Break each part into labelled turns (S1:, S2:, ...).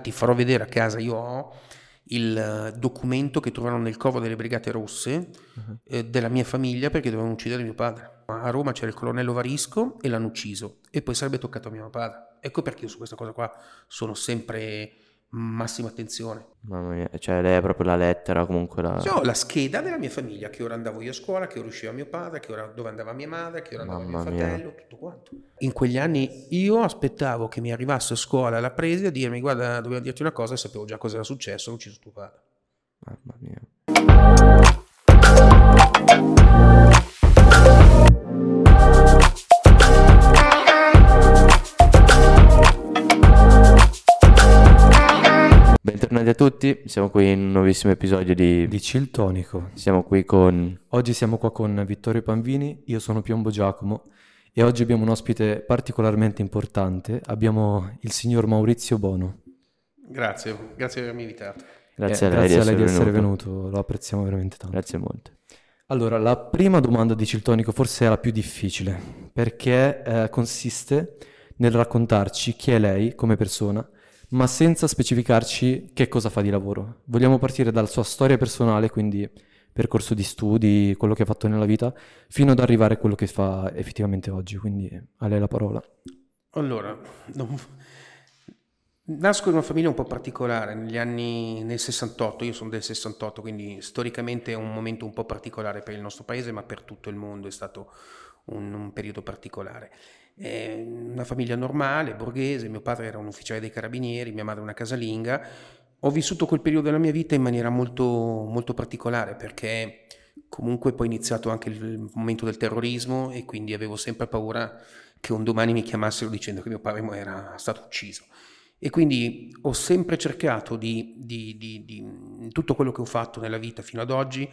S1: ti farò vedere a casa, io ho il documento che trovarono nel covo delle Brigate Rosse della mia famiglia perché dovevano uccidere mio padre. A Roma c'era il colonnello Varisco e l'hanno ucciso e poi sarebbe toccato a mio padre. Ecco perché io su questa cosa qua sono sempre massima attenzione.
S2: Mamma mia, cioè lei è proprio la lettera, comunque la...
S1: Ho la scheda della mia famiglia, che ora andavo io a scuola, che ora usciva mio padre, che ora dove andava mia madre, che ora andava mio
S2: Mamma mia.
S1: fratello, tutto quanto. In quegli anni io aspettavo che mi arrivasse a scuola la preside a dirmi guarda, dobbiamo dirti una cosa e sapevo già cosa era successo, hanno ucciso tuo padre.
S2: Mamma mia. Bentornati a tutti, siamo qui in un nuovissimo episodio di
S3: Ciltonico.
S2: Siamo qui con...
S3: Oggi siamo qua con Vittorio Panvini, io sono Piombo Giacomo e oggi abbiamo un ospite particolarmente importante, abbiamo il signor Maurizio Bono.
S1: Grazie per avermi invitato.
S2: Grazie a lei
S3: di essere venuto, lo apprezziamo veramente tanto.
S2: Grazie molte.
S3: Allora, la prima domanda di Ciltonico forse è la più difficile, perché consiste nel raccontarci chi è lei come persona, ma senza specificarci che cosa fa di lavoro. Vogliamo partire dalla sua storia personale, quindi percorso di studi, quello che ha fatto nella vita, fino ad arrivare a quello che fa effettivamente oggi, quindi a lei la parola.
S1: Allora, nasco in una famiglia un po' particolare, nel 68, io sono del 68, quindi storicamente è un momento un po' particolare per il nostro paese, ma per tutto il mondo è stato un periodo particolare. Una famiglia normale, borghese, mio padre era un ufficiale dei carabinieri, mia madre una casalinga. Ho vissuto quel periodo della mia vita in maniera molto, molto particolare perché comunque poi è iniziato anche il momento del terrorismo e quindi avevo sempre paura che un domani mi chiamassero dicendo che mio padre era stato ucciso. E quindi ho sempre cercato in tutto quello che ho fatto nella vita fino ad oggi,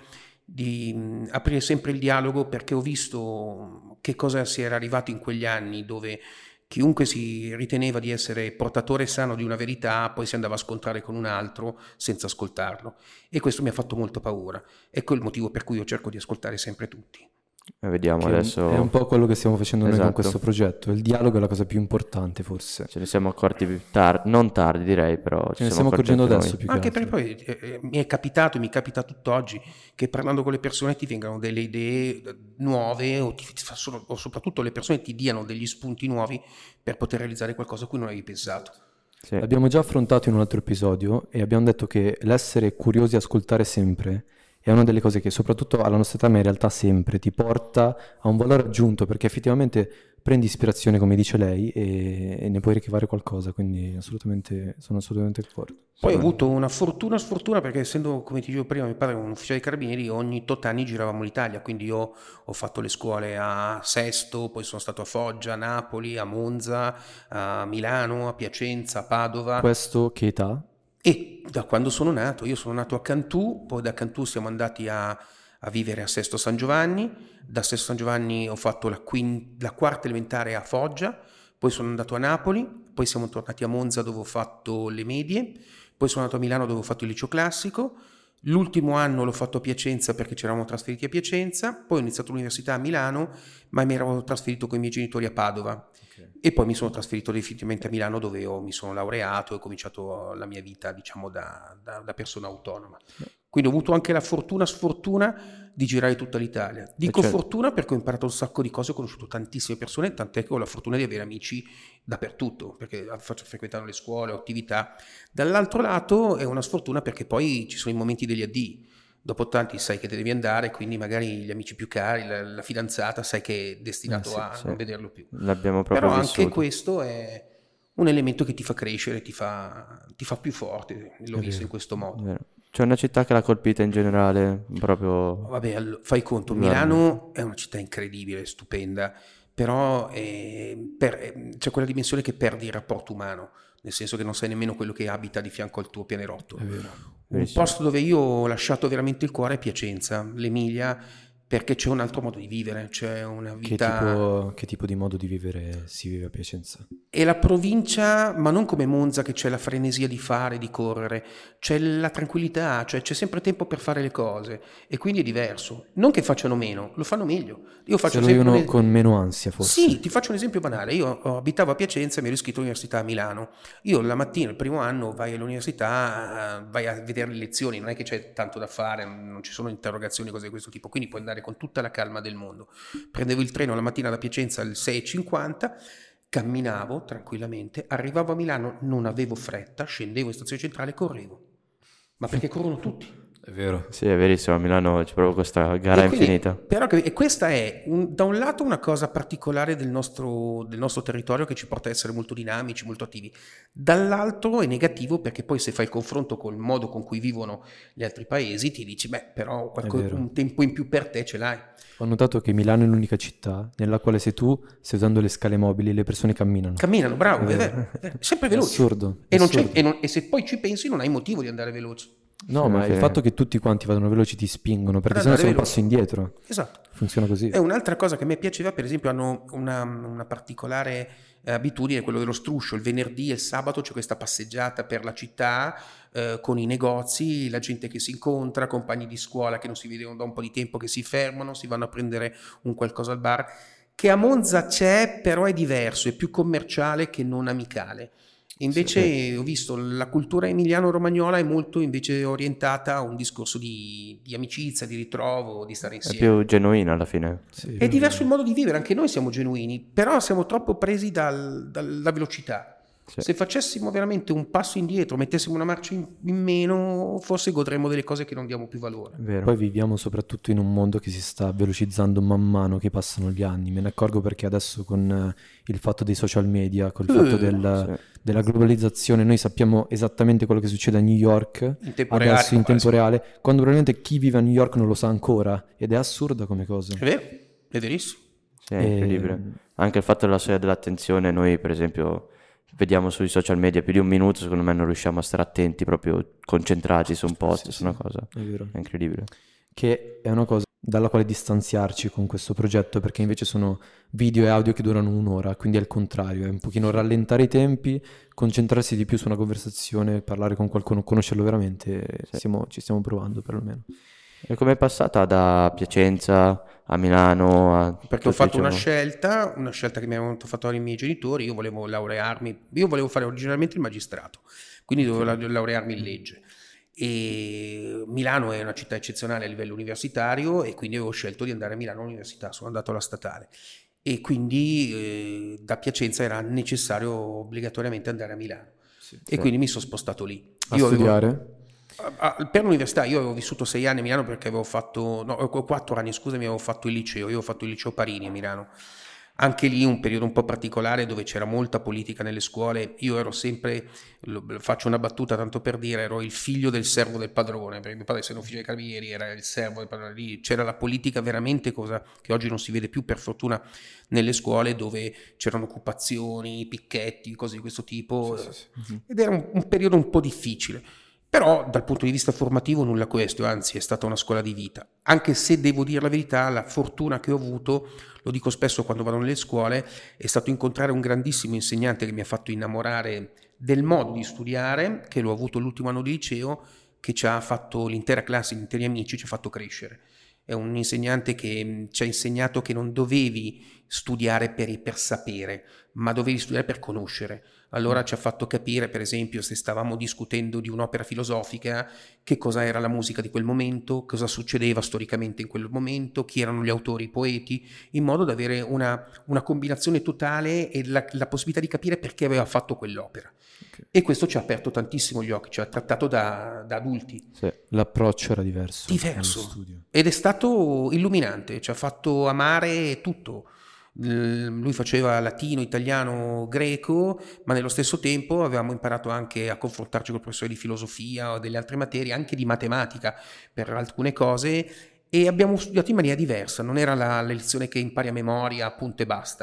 S1: di aprire sempre il dialogo perché ho visto che cosa si era arrivato in quegli anni dove chiunque si riteneva di essere portatore sano di una verità poi si andava a scontrare con un altro senza ascoltarlo e questo mi ha fatto molto paura. Ecco il motivo per cui io cerco di ascoltare sempre tutti.
S2: Vediamo
S3: Che
S2: adesso...
S3: È un po' quello che stiamo facendo noi
S2: Esatto.
S3: con questo progetto. Il dialogo è la cosa più importante, forse.
S2: Ce ne siamo accorti non tardi direi, però
S3: Ce ne stiamo accorgendo adesso più che
S1: Anche
S3: altro.
S1: perché poi mi è capitato e mi capita tutt'oggi che parlando con le persone ti vengano delle idee nuove o soprattutto le persone ti diano degli spunti nuovi per poter realizzare qualcosa a cui non avevi pensato.
S2: Sì.
S3: L'abbiamo già affrontato in un altro episodio e abbiamo detto che l'essere curiosi e ascoltare sempre è una delle cose che soprattutto alla nostra età ma in realtà sempre ti porta a un valore aggiunto perché effettivamente prendi ispirazione come dice lei e ne puoi ricavare qualcosa, quindi sono assolutamente d'accordo.
S1: Poi ho avuto una sfortuna perché essendo, come ti dicevo prima, mio padre era un ufficiale dei carabinieri, ogni tot anni giravamo l'Italia, quindi io ho fatto le scuole a Sesto, poi sono stato a Foggia, a Napoli, a Monza, a Milano, a Piacenza, a Padova.
S3: Questo che età?
S1: E da quando sono nato, io sono nato a Cantù, poi da Cantù siamo andati a vivere a Sesto San Giovanni, da Sesto San Giovanni ho fatto la quarta elementare a Foggia, poi sono andato a Napoli, poi siamo tornati a Monza dove ho fatto le medie, poi sono andato a Milano dove ho fatto il liceo classico, l'ultimo anno l'ho fatto a Piacenza perché ci eravamo trasferiti a Piacenza, poi ho iniziato l'università a Milano, ma mi ero trasferito con i miei genitori a Padova. E poi mi sono trasferito definitivamente a Milano dove mi sono laureato e ho cominciato la mia vita, diciamo, da persona autonoma. Quindi ho avuto anche la sfortuna di girare tutta l'Italia. Dico fortuna perché ho imparato un sacco di cose, ho conosciuto tantissime persone, tant'è che ho la fortuna di avere amici dappertutto, perché faccio frequentare le scuole, ho attività. Dall'altro lato è una sfortuna perché poi ci sono i momenti degli addii. Dopo tanti sai che te devi andare, quindi magari gli amici più cari, la fidanzata, sai che è destinato a non vederlo più.
S2: L'abbiamo proprio
S1: Però
S2: vissuto.
S1: anche questo è un elemento che ti fa crescere, ti fa più forte, l'ho visto in questo modo.
S2: C'è una città che l'ha colpita in generale, proprio...
S1: Vabbè, fai conto, Milano è una città incredibile, stupenda, però c'è quella dimensione che perdi il rapporto umano, nel senso che non sai nemmeno quello che abita di fianco al tuo pianerottolo. Un posto dove io ho lasciato veramente il cuore è Piacenza, l'Emilia, perché c'è un altro modo di vivere, c'è una vita...
S3: Che tipo di modo di vivere si vive a Piacenza?
S1: È la provincia, ma non come Monza che c'è la frenesia di fare, di correre, c'è la tranquillità, cioè c'è sempre tempo per fare le cose e quindi è diverso. Non che facciano meno, lo fanno meglio. Io faccio
S3: Se lo
S1: sempre
S3: vivono con meno ansia, forse.
S1: Sì, ti faccio un esempio banale. Io abitavo a Piacenza e mi ero iscritto all'università a Milano. Io la mattina, il primo anno, vai all'università, vai a vedere le lezioni, non è che c'è tanto da fare, non ci sono interrogazioni, cose di questo tipo, quindi puoi andare con tutta la calma del mondo. Prendevo il treno la mattina da Piacenza alle 6:50, camminavo tranquillamente, arrivavo a Milano, non avevo fretta, scendevo in stazione centrale e correvo. Ma perché corrono tutti?
S3: È vero.
S2: Sì, è verissimo, a Milano c'è proprio questa gara
S1: E quindi,
S2: infinita.
S1: però, e questa è da un lato una cosa particolare del nostro territorio che ci porta a essere molto dinamici, molto attivi, dall'altro è negativo perché poi se fai il confronto col modo con cui vivono gli altri paesi ti dici beh però
S3: vero.
S1: un tempo in più per te ce l'hai.
S3: Ho notato che Milano è l'unica città nella quale se tu stai usando le scale mobili le persone camminano.
S1: Camminano, bravo,
S3: È
S1: è
S3: vero.
S1: vero, è vero, è sempre
S3: È
S1: veloce.
S3: assurdo,
S1: E, non
S3: assurdo.
S1: c'è, e se poi ci pensi non hai motivo di andare veloce.
S3: No,
S2: Sì,
S3: ma
S2: alla
S3: il
S2: fine-
S3: fatto che tutti quanti vadano veloci ti spingono, perché
S1: Per
S3: sennò
S1: andare
S3: sei un passo
S1: veloce.
S3: indietro.
S1: Esatto.
S3: Funziona così.
S1: E un'altra cosa che a me piaceva, per esempio, hanno una particolare abitudine, quello dello struscio. Il venerdì e il sabato c'è questa passeggiata per la città con i negozi, la gente che si incontra, compagni di scuola che non si vedevano da un po' di tempo, che si fermano, si vanno a prendere un qualcosa al bar, che a Monza c'è, però è diverso, è più commerciale che non amicale. Invece ho visto la cultura emiliano-romagnola è molto invece orientata a un discorso di amicizia, di ritrovo, di stare
S2: È
S1: insieme.
S2: più genuina alla fine.
S3: Sì.
S1: È diverso il modo di vivere, anche noi siamo genuini, però siamo troppo presi dalla velocità.
S2: Sì.
S1: Se facessimo veramente un passo indietro, mettessimo una marcia in meno, forse godremmo delle cose che non diamo più valore.
S2: È vero.
S3: Poi viviamo soprattutto in un mondo che si sta velocizzando man mano che passano gli anni. Me ne accorgo perché adesso con il fatto dei social media, col fatto della globalizzazione, noi sappiamo esattamente quello che succede a New York
S1: In tempo
S3: adesso
S1: reale,
S3: in tempo
S1: quasi.
S3: reale, quando probabilmente chi vive a New York non lo sa ancora ed è assurda come cosa.
S1: È vero, è verissimo.
S2: Sì, è incredibile. Anche il fatto della soglia dell'attenzione, noi per esempio vediamo sui social media più di un minuto, secondo me non riusciamo a stare attenti, proprio concentrati su un post, su una cosa.
S3: È vero.
S2: È incredibile.
S3: Che è una cosa dalla quale distanziarci con questo progetto, perché invece sono video e audio che durano un'ora, quindi è il contrario, è un pochino rallentare i tempi, concentrarsi di più su una conversazione, parlare con qualcuno, conoscerlo veramente, ci stiamo provando perlomeno.
S2: E com'è passata da Piacenza a Milano?
S1: Perché ho fatto una
S2: diciamo-
S1: scelta che mi avevano fatto fare i miei genitori. Io volevo laurearmi, io volevo fare originalmente il magistrato, quindi dovevo laurearmi in legge. E Milano è una città eccezionale a livello universitario e quindi avevo scelto di andare a Milano all'università, sono andato alla statale e quindi da Piacenza era necessario obbligatoriamente andare a Milano e quindi mi sono spostato lì.
S3: A
S1: Io avevo-
S3: studiare?
S1: per l'università io avevo vissuto 6 anni a Milano perché avevo fatto, no, 4 anni, scusami, avevo fatto il liceo, io avevo fatto il liceo Parini a Milano. Anche lì un periodo un po' particolare dove c'era molta politica nelle scuole. Io ero sempre, faccio una battuta tanto per dire, ero il figlio del servo del padrone, perché mio padre essendo ufficiale dei carabinieri era il servo del padrone. Lì c'era la politica veramente, cosa che oggi non si vede più per fortuna nelle scuole, dove c'erano occupazioni, picchetti, cose di questo tipo. Ed era un periodo un po' difficile. Però dal punto di vista formativo nulla questo, anzi è stata una scuola di vita. Anche se devo dire la verità, la fortuna che ho avuto, lo dico spesso quando vado nelle scuole, è stato incontrare un grandissimo insegnante che mi ha fatto innamorare del modo di studiare, che l'ho avuto l'ultimo anno di liceo, che ci ha fatto l'intera classe, gli interi amici, ci ha fatto crescere. È un insegnante che ci ha insegnato che non dovevi studiare per sapere, ma dovevi studiare per conoscere. Allora ci ha fatto capire, per esempio, se stavamo discutendo di un'opera filosofica, che cosa era la musica di quel momento, cosa succedeva storicamente in quel momento, chi erano gli autori, i poeti, in modo da avere una combinazione totale e la possibilità di capire perché aveva fatto quell'opera.
S3: Ok.
S1: E questo ci ha aperto tantissimo gli occhi, ci ha trattato da adulti.
S2: Sì.
S3: L'approccio era diverso.
S1: Diverso.
S3: nello studio.
S1: Ed è stato illuminante, ci ha fatto amare tutto. Lui faceva latino, italiano, greco, ma nello stesso tempo avevamo imparato anche a confrontarci col professore di filosofia o delle altre materie, anche di matematica per alcune cose, e abbiamo studiato in maniera diversa, non era la lezione che impari a memoria, punto e basta.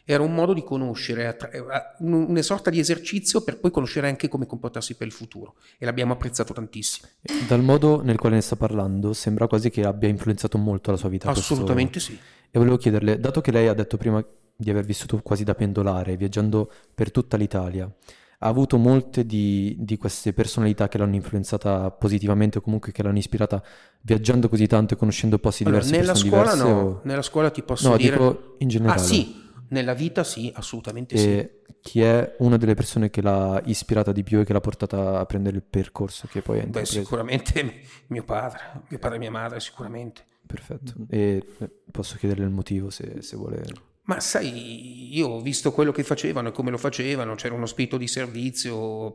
S1: Era un modo di conoscere, una sorta di esercizio per poi conoscere anche come comportarsi per il futuro, e l'abbiamo apprezzato tantissimo.
S3: Dal modo nel quale ne sta parlando, sembra quasi che abbia influenzato molto la sua vita.
S1: Assolutamente sì.
S3: E volevo chiederle, dato che lei ha detto prima di aver vissuto quasi da pendolare, viaggiando per tutta l'Italia, ha avuto molte di queste personalità che l'hanno influenzata positivamente o comunque che l'hanno ispirata viaggiando così tanto e conoscendo posti diversi,
S1: Nella
S3: persone
S1: scuola
S3: diverse?
S1: no, nella scuola ti posso
S3: No,
S1: dire...
S3: dico in generale.
S1: Ah sì, nella vita sì, assolutamente sì.
S3: E chi è una delle persone che l'ha ispirata di più e che l'ha portata a prendere il percorso che poi ha
S1: Beh,
S3: intrapreso?
S1: sicuramente mio padre e mia madre, sicuramente.
S3: Perfetto. E posso chiederle il motivo se vuole...
S1: Ma sai, io ho visto quello che facevano e come lo facevano, c'era uno spirito di servizio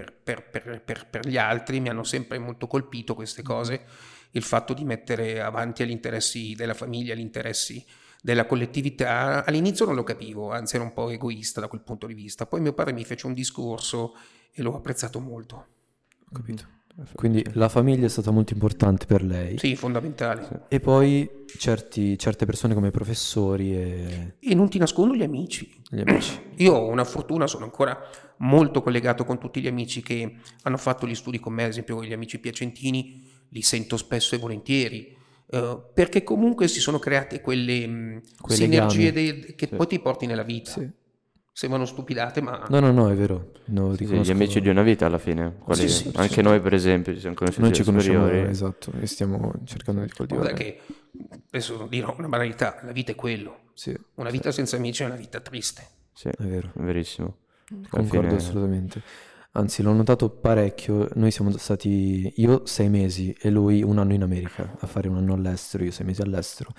S1: per gli altri, mi hanno sempre molto colpito queste cose, il fatto di mettere avanti agli interessi della famiglia, gli interessi della collettività. All'inizio non lo capivo, anzi ero un po' egoista da quel punto di vista, poi mio padre mi fece un discorso e l'ho apprezzato molto.
S3: Ho capito. Quindi la famiglia è stata molto importante per lei.
S1: Sì, fondamentale.
S3: E poi certe persone come professori e
S1: E non ti nascondo gli amici.
S3: gli amici.
S1: Io ho una fortuna, sono ancora molto collegato con tutti gli amici che hanno fatto gli studi con me, ad esempio gli amici piacentini, li sento spesso e volentieri, perché comunque si sono create quelle
S3: Quei
S1: sinergie
S3: legami.
S1: che poi ti porti nella vita.
S3: Sì.
S1: Sembrano stupidate, ma
S3: No, è vero. No,
S2: Sì,
S3: riconosco...
S2: gli amici di una vita alla fine.
S1: Sì, sì,
S2: Anche
S1: sì.
S2: noi per esempio ci siamo conosciuti
S3: Noi ci
S2: alle
S3: conosciamo,
S2: superiori.
S3: esatto, e stiamo cercando di
S1: guarda
S3: coltivare.
S1: che, adesso dirò una banalità, la vita è quello.
S3: Sì,
S1: Una vita senza amici è una vita triste.
S2: Sì,
S3: è vero.
S2: è verissimo. Alla
S3: Concordo
S2: fine-
S3: assolutamente. Anzi, l'ho notato parecchio. Noi siamo stati, io 6 mesi e lui un anno in America, a fare un anno all'estero, io 6 mesi all'estero.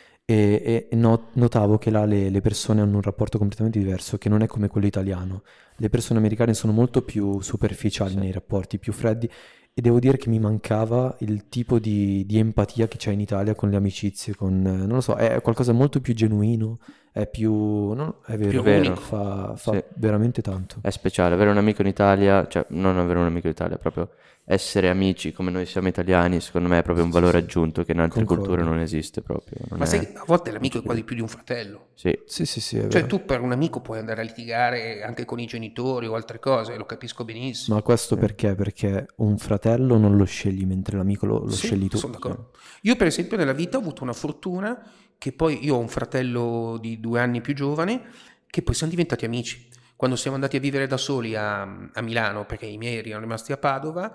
S3: E notavo che là le persone hanno un rapporto completamente diverso, che non è come quello italiano. Le persone americane sono molto più superficiali nei rapporti, più freddi, e devo dire che mi mancava il tipo di empatia che c'è in Italia con le amicizie, non lo so, è qualcosa molto più genuino, è più, è vero,
S1: Più
S2: vero.
S3: fa
S2: Sì.
S3: veramente tanto.
S2: È speciale, avere un amico in Italia, cioè non avere un amico in Italia, proprio essere amici come noi siamo italiani, secondo me è proprio un valore aggiunto che in altre
S3: Concordo.
S2: culture non esiste proprio. Non
S1: Ma
S2: è-
S1: sai, a volte l'amico è quasi più di un fratello.
S2: Sì,
S3: Sì, è
S1: Cioè
S3: vero.
S1: tu per un amico puoi andare a litigare anche con i genitori o altre cose, lo capisco benissimo.
S3: Ma questo perché? Perché un fratello non lo scegli, mentre l'amico lo
S1: Sì,
S3: scegli tu.
S1: sono d'accordo. Io per esempio nella vita ho avuto una fortuna che poi io ho un fratello di 2 anni più giovane che poi siamo diventati amici. Quando siamo andati a vivere da soli a Milano, perché i miei erano rimasti a Padova,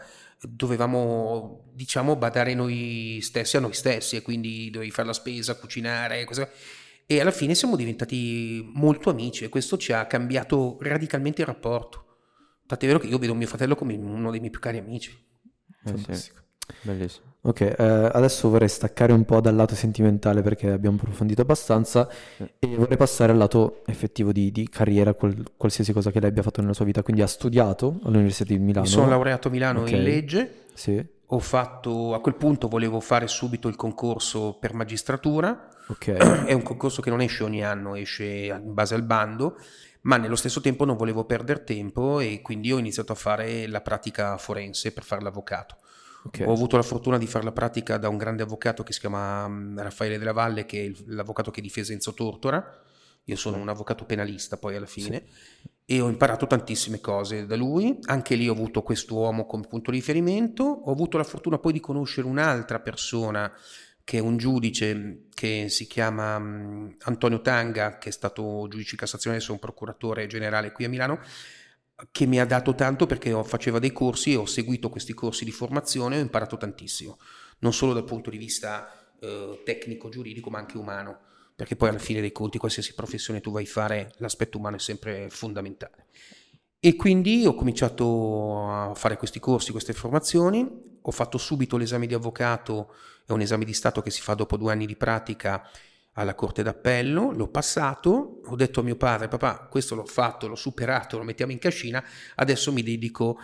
S1: dovevamo, diciamo, badare noi stessi a noi stessi e quindi dovevi fare la spesa, cucinare, cose. E alla fine siamo diventati molto amici e questo ci ha cambiato radicalmente il rapporto. Tant'è vero che io vedo mio fratello come uno dei miei più cari amici.
S2: sì,
S3: Fantastico.
S2: bellissimo.
S3: Ok, adesso vorrei staccare un po' dal lato sentimentale perché abbiamo approfondito abbastanza e vorrei passare al lato effettivo di carriera, qualsiasi cosa che lei abbia fatto nella sua vita. Quindi ha studiato all'Università di Milano.
S1: Mi sono laureato a Milano
S3: Ok.
S1: in legge,
S3: Sì,
S1: ho fatto, a quel punto volevo fare subito il concorso per magistratura,
S3: ok.
S1: è un concorso che non esce ogni anno, esce in base al bando, ma nello stesso tempo non volevo perdere tempo e quindi ho iniziato a fare la pratica forense per fare l'avvocato.
S3: Ok.
S1: Ho avuto la fortuna di fare la pratica da un grande avvocato che si chiama Raffaele Della Valle, che è l'avvocato che difese Enzo Tortora. Io sono un avvocato penalista poi alla fine e ho imparato tantissime cose da lui. Anche lì ho avuto quest'uomo come punto di riferimento. Ho avuto la fortuna poi di conoscere un'altra persona che è un giudice che si chiama Antonio Tanga, che è stato giudice di Cassazione, adesso è un procuratore generale qui a Milano, che mi ha dato tanto perché faceva dei corsi e ho seguito questi corsi di formazione e ho imparato tantissimo, non solo dal punto di vista tecnico, giuridico, ma anche umano, perché poi alla fine dei conti qualsiasi professione tu vai a fare, l'aspetto umano è sempre fondamentale. E quindi ho cominciato a fare questi corsi, queste formazioni, ho fatto subito l'esame di avvocato, è un esame di Stato che si fa dopo 2 anni di pratica alla Corte d'Appello, l'ho passato, ho detto a mio padre, papà, questo l'ho fatto, l'ho superato, lo mettiamo in cascina, adesso mi dedico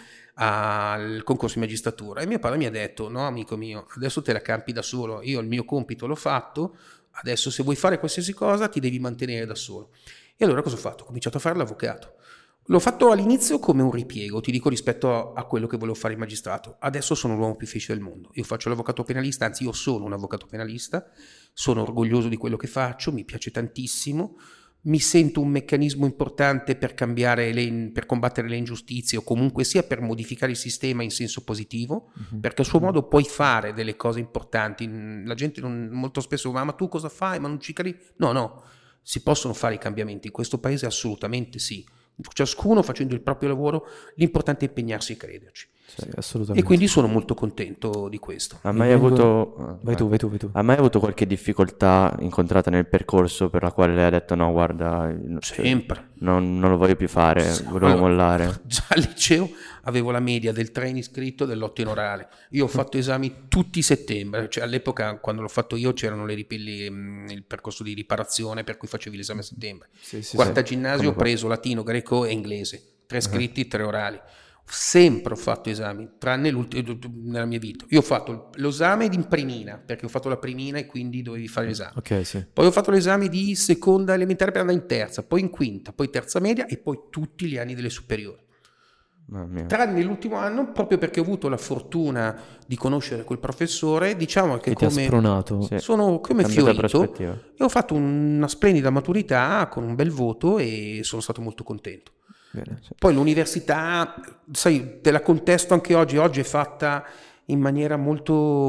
S1: al concorso di magistratura. E mio padre mi ha detto, no amico mio, adesso te la campi da solo, io il mio compito l'ho fatto, adesso se vuoi fare qualsiasi cosa ti devi mantenere da solo. E allora cosa ho fatto? Ho cominciato a fare l'avvocato. L'ho fatto all'inizio come un ripiego, ti dico, rispetto a quello che volevo fare il magistrato. Adesso sono l'uomo più felice del mondo. Io faccio l'avvocato penalista, anzi io sono un avvocato penalista, sono orgoglioso di quello che faccio, mi piace tantissimo, mi sento un meccanismo importante per per combattere le ingiustizie o comunque sia per modificare il sistema in senso positivo, perché a suo modo puoi fare delle cose importanti. La gente molto spesso ma tu cosa fai? Ma non ci credi? No, si possono fare i cambiamenti in questo paese, assolutamente sì. Ciascuno facendo il proprio lavoro, l'importante è impegnarsi e crederci.
S3: Sì, assolutamente.
S1: E quindi sono molto contento di questo.
S2: Ha mai avuto...
S3: Vai tu.
S2: Ha mai avuto qualche difficoltà incontrata nel percorso per la quale lei ha detto no, guarda,
S1: Sempre.
S2: non lo voglio più fare, volevo mollare?
S1: Già al liceo avevo la media del 3 in iscritto e dell'8 in orale. Io ho fatto esami tutti i settembre, cioè all'epoca quando l'ho fatto io c'erano il percorso di riparazione per cui facevi l'esame a settembre. Quarta ginnasio ho preso latino, greco e inglese, 3 scritti, 3 orali. Sempre ho fatto esami, tranne l'ultimo nella mia vita. Io ho fatto l'esame di primina, perché ho fatto la primina e quindi dovevi fare l'esame.
S3: Ok, sì.
S1: Poi ho fatto l'esame di seconda elementare per andare in terza, poi in quinta, poi terza media e poi tutti gli anni delle superiori. Tranne l'ultimo anno, proprio perché ho avuto la fortuna di conoscere quel professore, diciamo che
S3: ti ha spronato.
S1: sono come fiorito e ho fatto una splendida maturità con un bel voto e sono stato molto contento.
S3: Bene, sì.
S1: Poi l'università, sai, te la contesto anche oggi è fatta in maniera molto,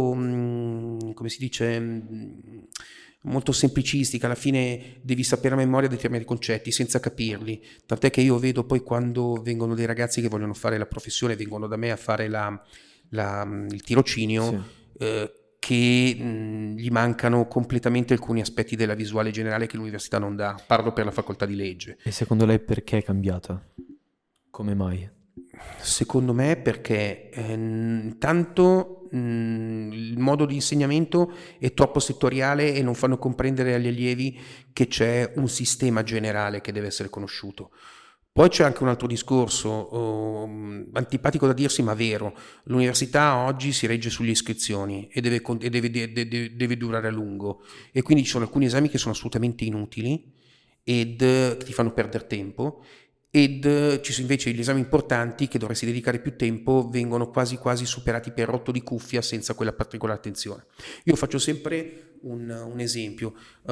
S1: come si dice, molto semplicistica. Alla fine devi sapere a memoria determinati concetti senza capirli, tant'è che io vedo poi quando vengono dei ragazzi che vogliono fare la professione, vengono da me a fare il tirocinio,
S3: Sì.
S1: che gli mancano completamente alcuni aspetti della visuale generale che l'università non dà. Parlo per la facoltà di legge.
S3: E secondo lei perché è cambiata? Come mai?
S1: Secondo me perché intanto il modo di insegnamento è troppo settoriale e non fanno comprendere agli allievi che c'è un sistema generale che deve essere conosciuto. Poi c'è anche un altro discorso, antipatico da dirsi ma vero, l'università oggi si regge sulle iscrizioni e deve durare a lungo e quindi ci sono alcuni esami che sono assolutamente inutili ed ti fanno perdere tempo ed ci sono invece gli esami importanti che dovresti dedicare più tempo vengono quasi quasi superati per rotto di cuffia senza quella particolare attenzione. Io faccio sempre un esempio,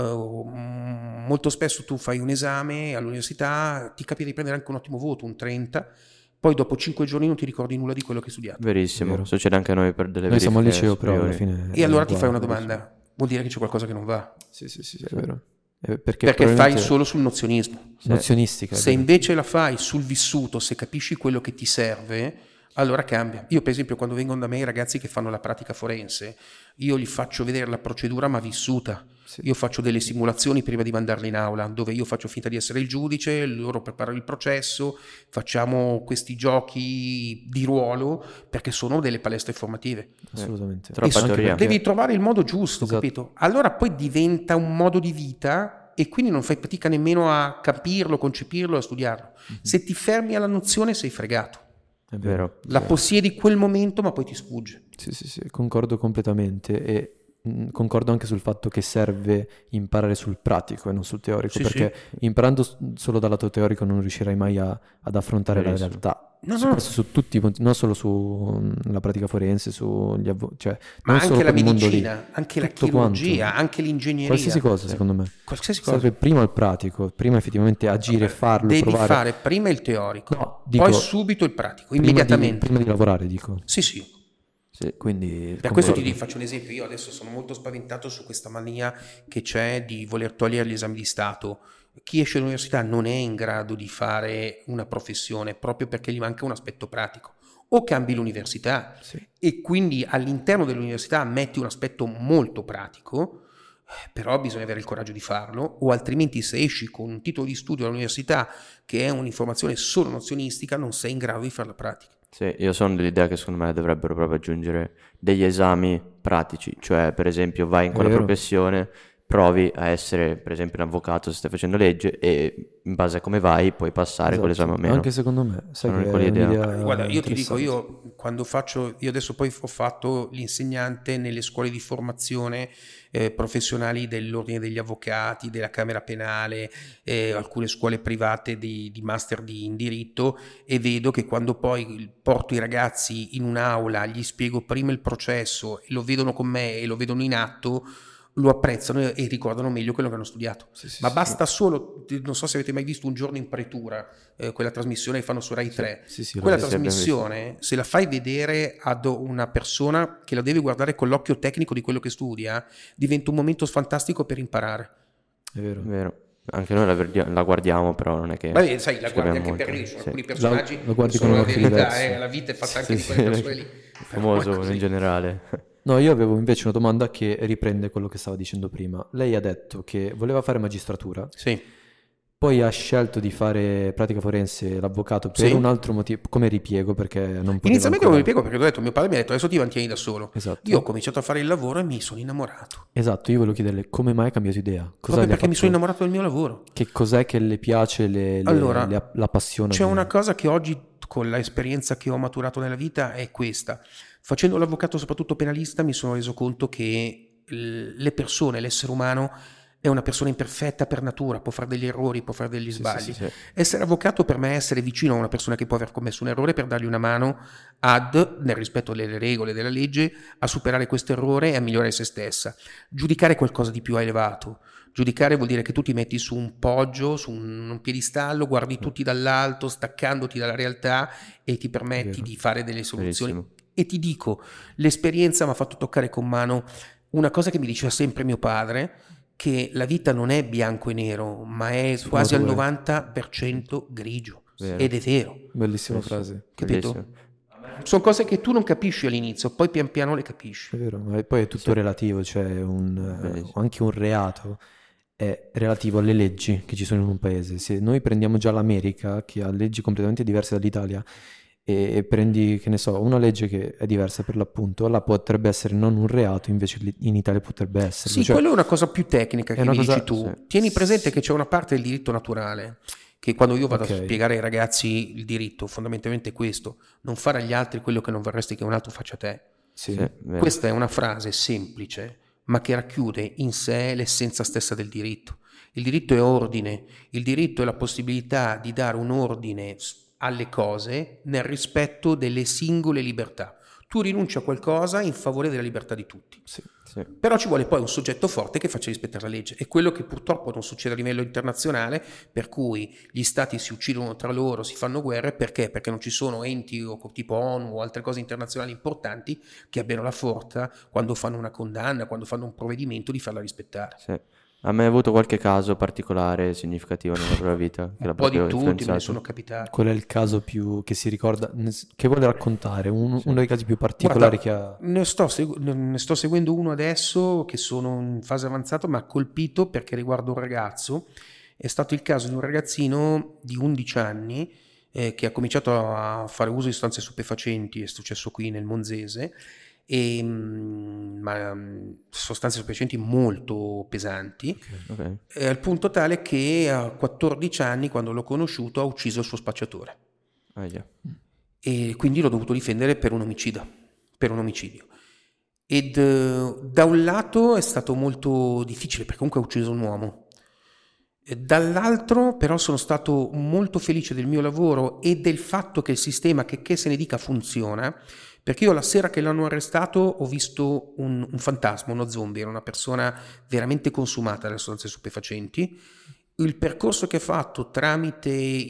S1: molto spesso tu fai un esame all'università, ti capita di prendere anche un ottimo voto, un 30, poi dopo 5 giorni non ti ricordi nulla di quello che hai studiato.
S2: Verissimo,
S3: Vero.
S2: succede anche a noi per delle
S3: Noi siamo al
S2: verifiche
S3: liceo, però alla
S2: superiori.
S3: fine...
S1: E allora ti fai
S3: uguale.
S1: una domanda, vuol dire che c'è qualcosa che non va?
S3: Sì, è vero. Perché
S1: Perché fai
S3: probabilmente-
S1: solo sul nozionismo.
S3: nozionistica. è
S1: Se
S3: vero.
S1: invece la fai sul vissuto, se capisci quello che ti serve, allora cambia. Io per esempio quando vengono da me i ragazzi che fanno la pratica forense, io gli faccio vedere la procedura ma vissuta.
S3: Sì.
S1: Io faccio delle simulazioni prima di mandarli in aula, dove io faccio finta di essere il giudice, loro preparano il processo, facciamo questi giochi di ruolo perché sono delle palestre formative.
S3: Assolutamente.
S2: Troppa
S3: Anche
S2: teoria.
S3: perché-
S1: Devi trovare il modo giusto,
S3: Esatto.
S1: capito? Allora poi diventa un modo di vita e quindi non fai fatica nemmeno a capirlo, concepirlo, a studiarlo. Se ti fermi alla nozione sei fregato.
S3: È
S2: Vero.
S1: La possiedi quel momento ma poi ti sfugge.
S3: Sì, concordo completamente e concordo anche sul fatto che serve imparare sul pratico e non sul teorico,
S1: Sì,
S3: perché imparando solo dal lato teorico non riuscirai mai ad affrontare
S2: Verissimo.
S3: la realtà.
S1: No,
S3: Questo su tutti i punti, non solo sulla pratica forense, sugli cioè
S1: Ma
S3: non solo
S1: anche la
S3: quel mondo lì,
S1: medicina, anche la
S3: tutto
S1: chirurgia,
S3: quanto.
S1: anche l'ingegneria.
S3: Qualsiasi cosa, secondo me.
S1: Qualsiasi cosa.
S3: Serve prima il pratico, prima effettivamente agire, farlo,
S1: Devi
S3: provare.
S1: fare prima il teorico,
S3: No, dico,
S1: poi subito il pratico,
S3: prima
S1: immediatamente.
S3: prima di lavorare, dico.
S1: Sì.
S2: Sì.
S3: Quindi
S1: Per questo
S3: concordo.
S1: ti faccio un esempio, io adesso sono molto spaventato su questa mania che c'è di voler togliere gli esami di Stato. Chi esce dall'università non è in grado di fare una professione proprio perché gli manca un aspetto pratico. O cambi l'università
S3: Sì.
S1: e quindi all'interno dell'università metti un aspetto molto pratico, però bisogna avere il coraggio di farlo, o altrimenti se esci con un titolo di studio all'università che è un'informazione solo nozionistica non sei in grado di fare la pratica.
S2: Sì, io sono dell'idea che secondo me dovrebbero proprio aggiungere degli esami pratici, cioè per esempio vai in quella
S3: Vero.
S2: professione, provi a essere per esempio un avvocato se stai facendo legge e in base a come vai puoi passare
S3: Esatto.
S2: quell'esame o meno.
S3: Anche secondo me, sai
S2: Sono
S3: che
S2: con
S3: è
S2: l'idea.
S3: un'idea
S1: Guarda, io ti dico,
S3: interessante.
S1: io quando io adesso poi ho fatto l'insegnante nelle scuole di formazione professionali dell'Ordine degli Avvocati, della Camera Penale, alcune scuole private di master in diritto e vedo che quando poi porto i ragazzi in un'aula, gli spiego prima il processo e lo vedono con me e lo vedono in atto, lo apprezzano e ricordano meglio quello che hanno studiato. Ma basta solo, non so se avete mai visto Un giorno in pretura, quella trasmissione che fanno su Rai 3. Quella trasmissione, se la fai vedere ad una persona che la deve guardare con l'occhio tecnico di quello che studia, diventa un momento fantastico per imparare.
S3: È vero.
S2: Vero. Anche noi la guardiamo, però non è che...
S1: Beh, sai, la
S2: ci
S1: guardi
S2: capiamo
S1: anche per
S2: molto.
S1: lì, sono
S2: Sì.
S1: alcuni personaggi
S3: La guardi
S1: sono
S3: con
S1: la
S3: un occhio
S1: verità,
S3: diverso.
S1: la vita è fatta anche di quelle persone lì.
S2: Famoso in generale.
S3: No, io avevo invece una domanda che riprende quello che stava dicendo prima. Lei ha detto che voleva fare magistratura,
S1: Sì.
S3: poi ha scelto di fare pratica forense, l'avvocato, per
S1: Sì.
S3: un altro motivo, come ripiego, perché non poteva
S1: Inizialmente non
S3: ancora...
S1: mi piego perché ho detto, mio padre mi ha detto adesso ti mantieni da solo.
S3: Esatto.
S1: Io ho cominciato a fare il lavoro e mi sono innamorato.
S3: Esatto, io volevo chiederle come mai ha cambiato idea. Cosa
S1: Proprio
S3: le ha
S1: perché mi
S3: fatto-
S1: sono innamorato del mio lavoro.
S3: Che cos'è che le piace,
S1: Allora,
S3: la passione?
S1: C'è una cosa che oggi, con l'esperienza che ho maturato nella vita, è questa. Facendo l'avvocato, soprattutto penalista, mi sono reso conto che le persone, l'essere umano, è una persona imperfetta per natura, può fare degli errori, può fare degli sbagli.
S2: sì.
S1: Essere avvocato per me è essere vicino a una persona che può aver commesso un errore per dargli una mano nel rispetto delle regole della legge, a superare questo errore e a migliorare se stessa. Giudicare qualcosa di più elevato. Giudicare vuol dire che tu ti metti su un poggio, su un piedistallo, guardi tutti dall'alto, staccandoti dalla realtà e ti permetti
S3: Vero.
S1: di fare delle soluzioni.
S2: Verissimo.
S1: E ti dico, l'esperienza mi ha fatto toccare con mano una cosa che mi diceva sempre mio padre, che la vita non è bianco e nero, ma è quasi al 90% grigio.
S2: Vero.
S1: Ed è vero,
S3: Bellissima frase.
S1: capito?
S2: Bellissimo.
S1: Sono cose che tu non capisci all'inizio, poi pian piano le capisci.
S3: È vero, ma poi è tutto relativo, cioè
S2: Bellissimo.
S3: anche un reato è relativo alle leggi che ci sono in un paese. Se noi prendiamo già l'America, che ha leggi completamente diverse dall'Italia, e prendi, che ne so, una legge che è diversa per l'appunto, là potrebbe essere non un reato, invece in Italia potrebbe essere.
S1: Sì,
S3: Cioè,
S1: quello è una cosa più tecnica
S3: è
S1: che
S3: una
S1: mi
S3: cosa-
S1: dici tu.
S2: sì.
S1: Tieni presente che c'è una parte del diritto naturale, che quando io vado
S3: Ok.
S1: a spiegare ai ragazzi il diritto, fondamentalmente è questo: non fare agli altri quello che non vorresti che un altro faccia a te.
S3: sì.
S2: Sì, vero.
S1: Questa è una frase semplice, ma che racchiude in sé l'essenza stessa del diritto. Il diritto è ordine, il diritto è la possibilità di dare un ordine alle cose nel rispetto delle singole libertà. Tu rinunci a qualcosa in favore della libertà di tutti.
S2: Sì.
S1: Però ci vuole poi un soggetto forte che faccia rispettare la legge. È quello che purtroppo non succede a livello internazionale, per cui gli stati si uccidono tra loro, si fanno guerre, perché? Perché non ci sono enti tipo ONU o altre cose internazionali importanti che abbiano la forza, quando fanno una condanna, quando fanno un provvedimento, di farla rispettare.
S2: Sì. Ha mai avuto qualche caso particolare, significativo nella propria vita? Che l'ha
S1: Un po' di
S2: proprio
S1: tutti me ne
S2: influenzato?
S1: sono capitati.
S3: Qual è il caso più che si ricorda, che vuole raccontare? Uno dei casi più particolari
S1: Guarda,
S3: che ha...
S1: ne sto seguendo uno adesso che sono in fase avanzata, ma ha colpito perché riguarda un ragazzo. È stato il caso di un ragazzino di 11 anni che ha cominciato a fare uso di sostanze stupefacenti, è successo qui nel Monzese, sostanze stupefacenti molto pesanti,
S2: Ok.
S1: al punto tale che a 14 anni, quando l'ho conosciuto, ha ucciso il suo spacciatore.
S2: Ah, già.
S1: E quindi l'ho dovuto difendere per un omicidio. Ed da un lato è stato molto difficile perché comunque ha ucciso un uomo. E dall'altro però sono stato molto felice del mio lavoro e del fatto che il sistema, che se ne dica, funziona, perché io la sera che l'hanno arrestato ho visto un fantasma, uno zombie, era una persona veramente consumata dalle sostanze stupefacenti. Il percorso che ha fatto tramite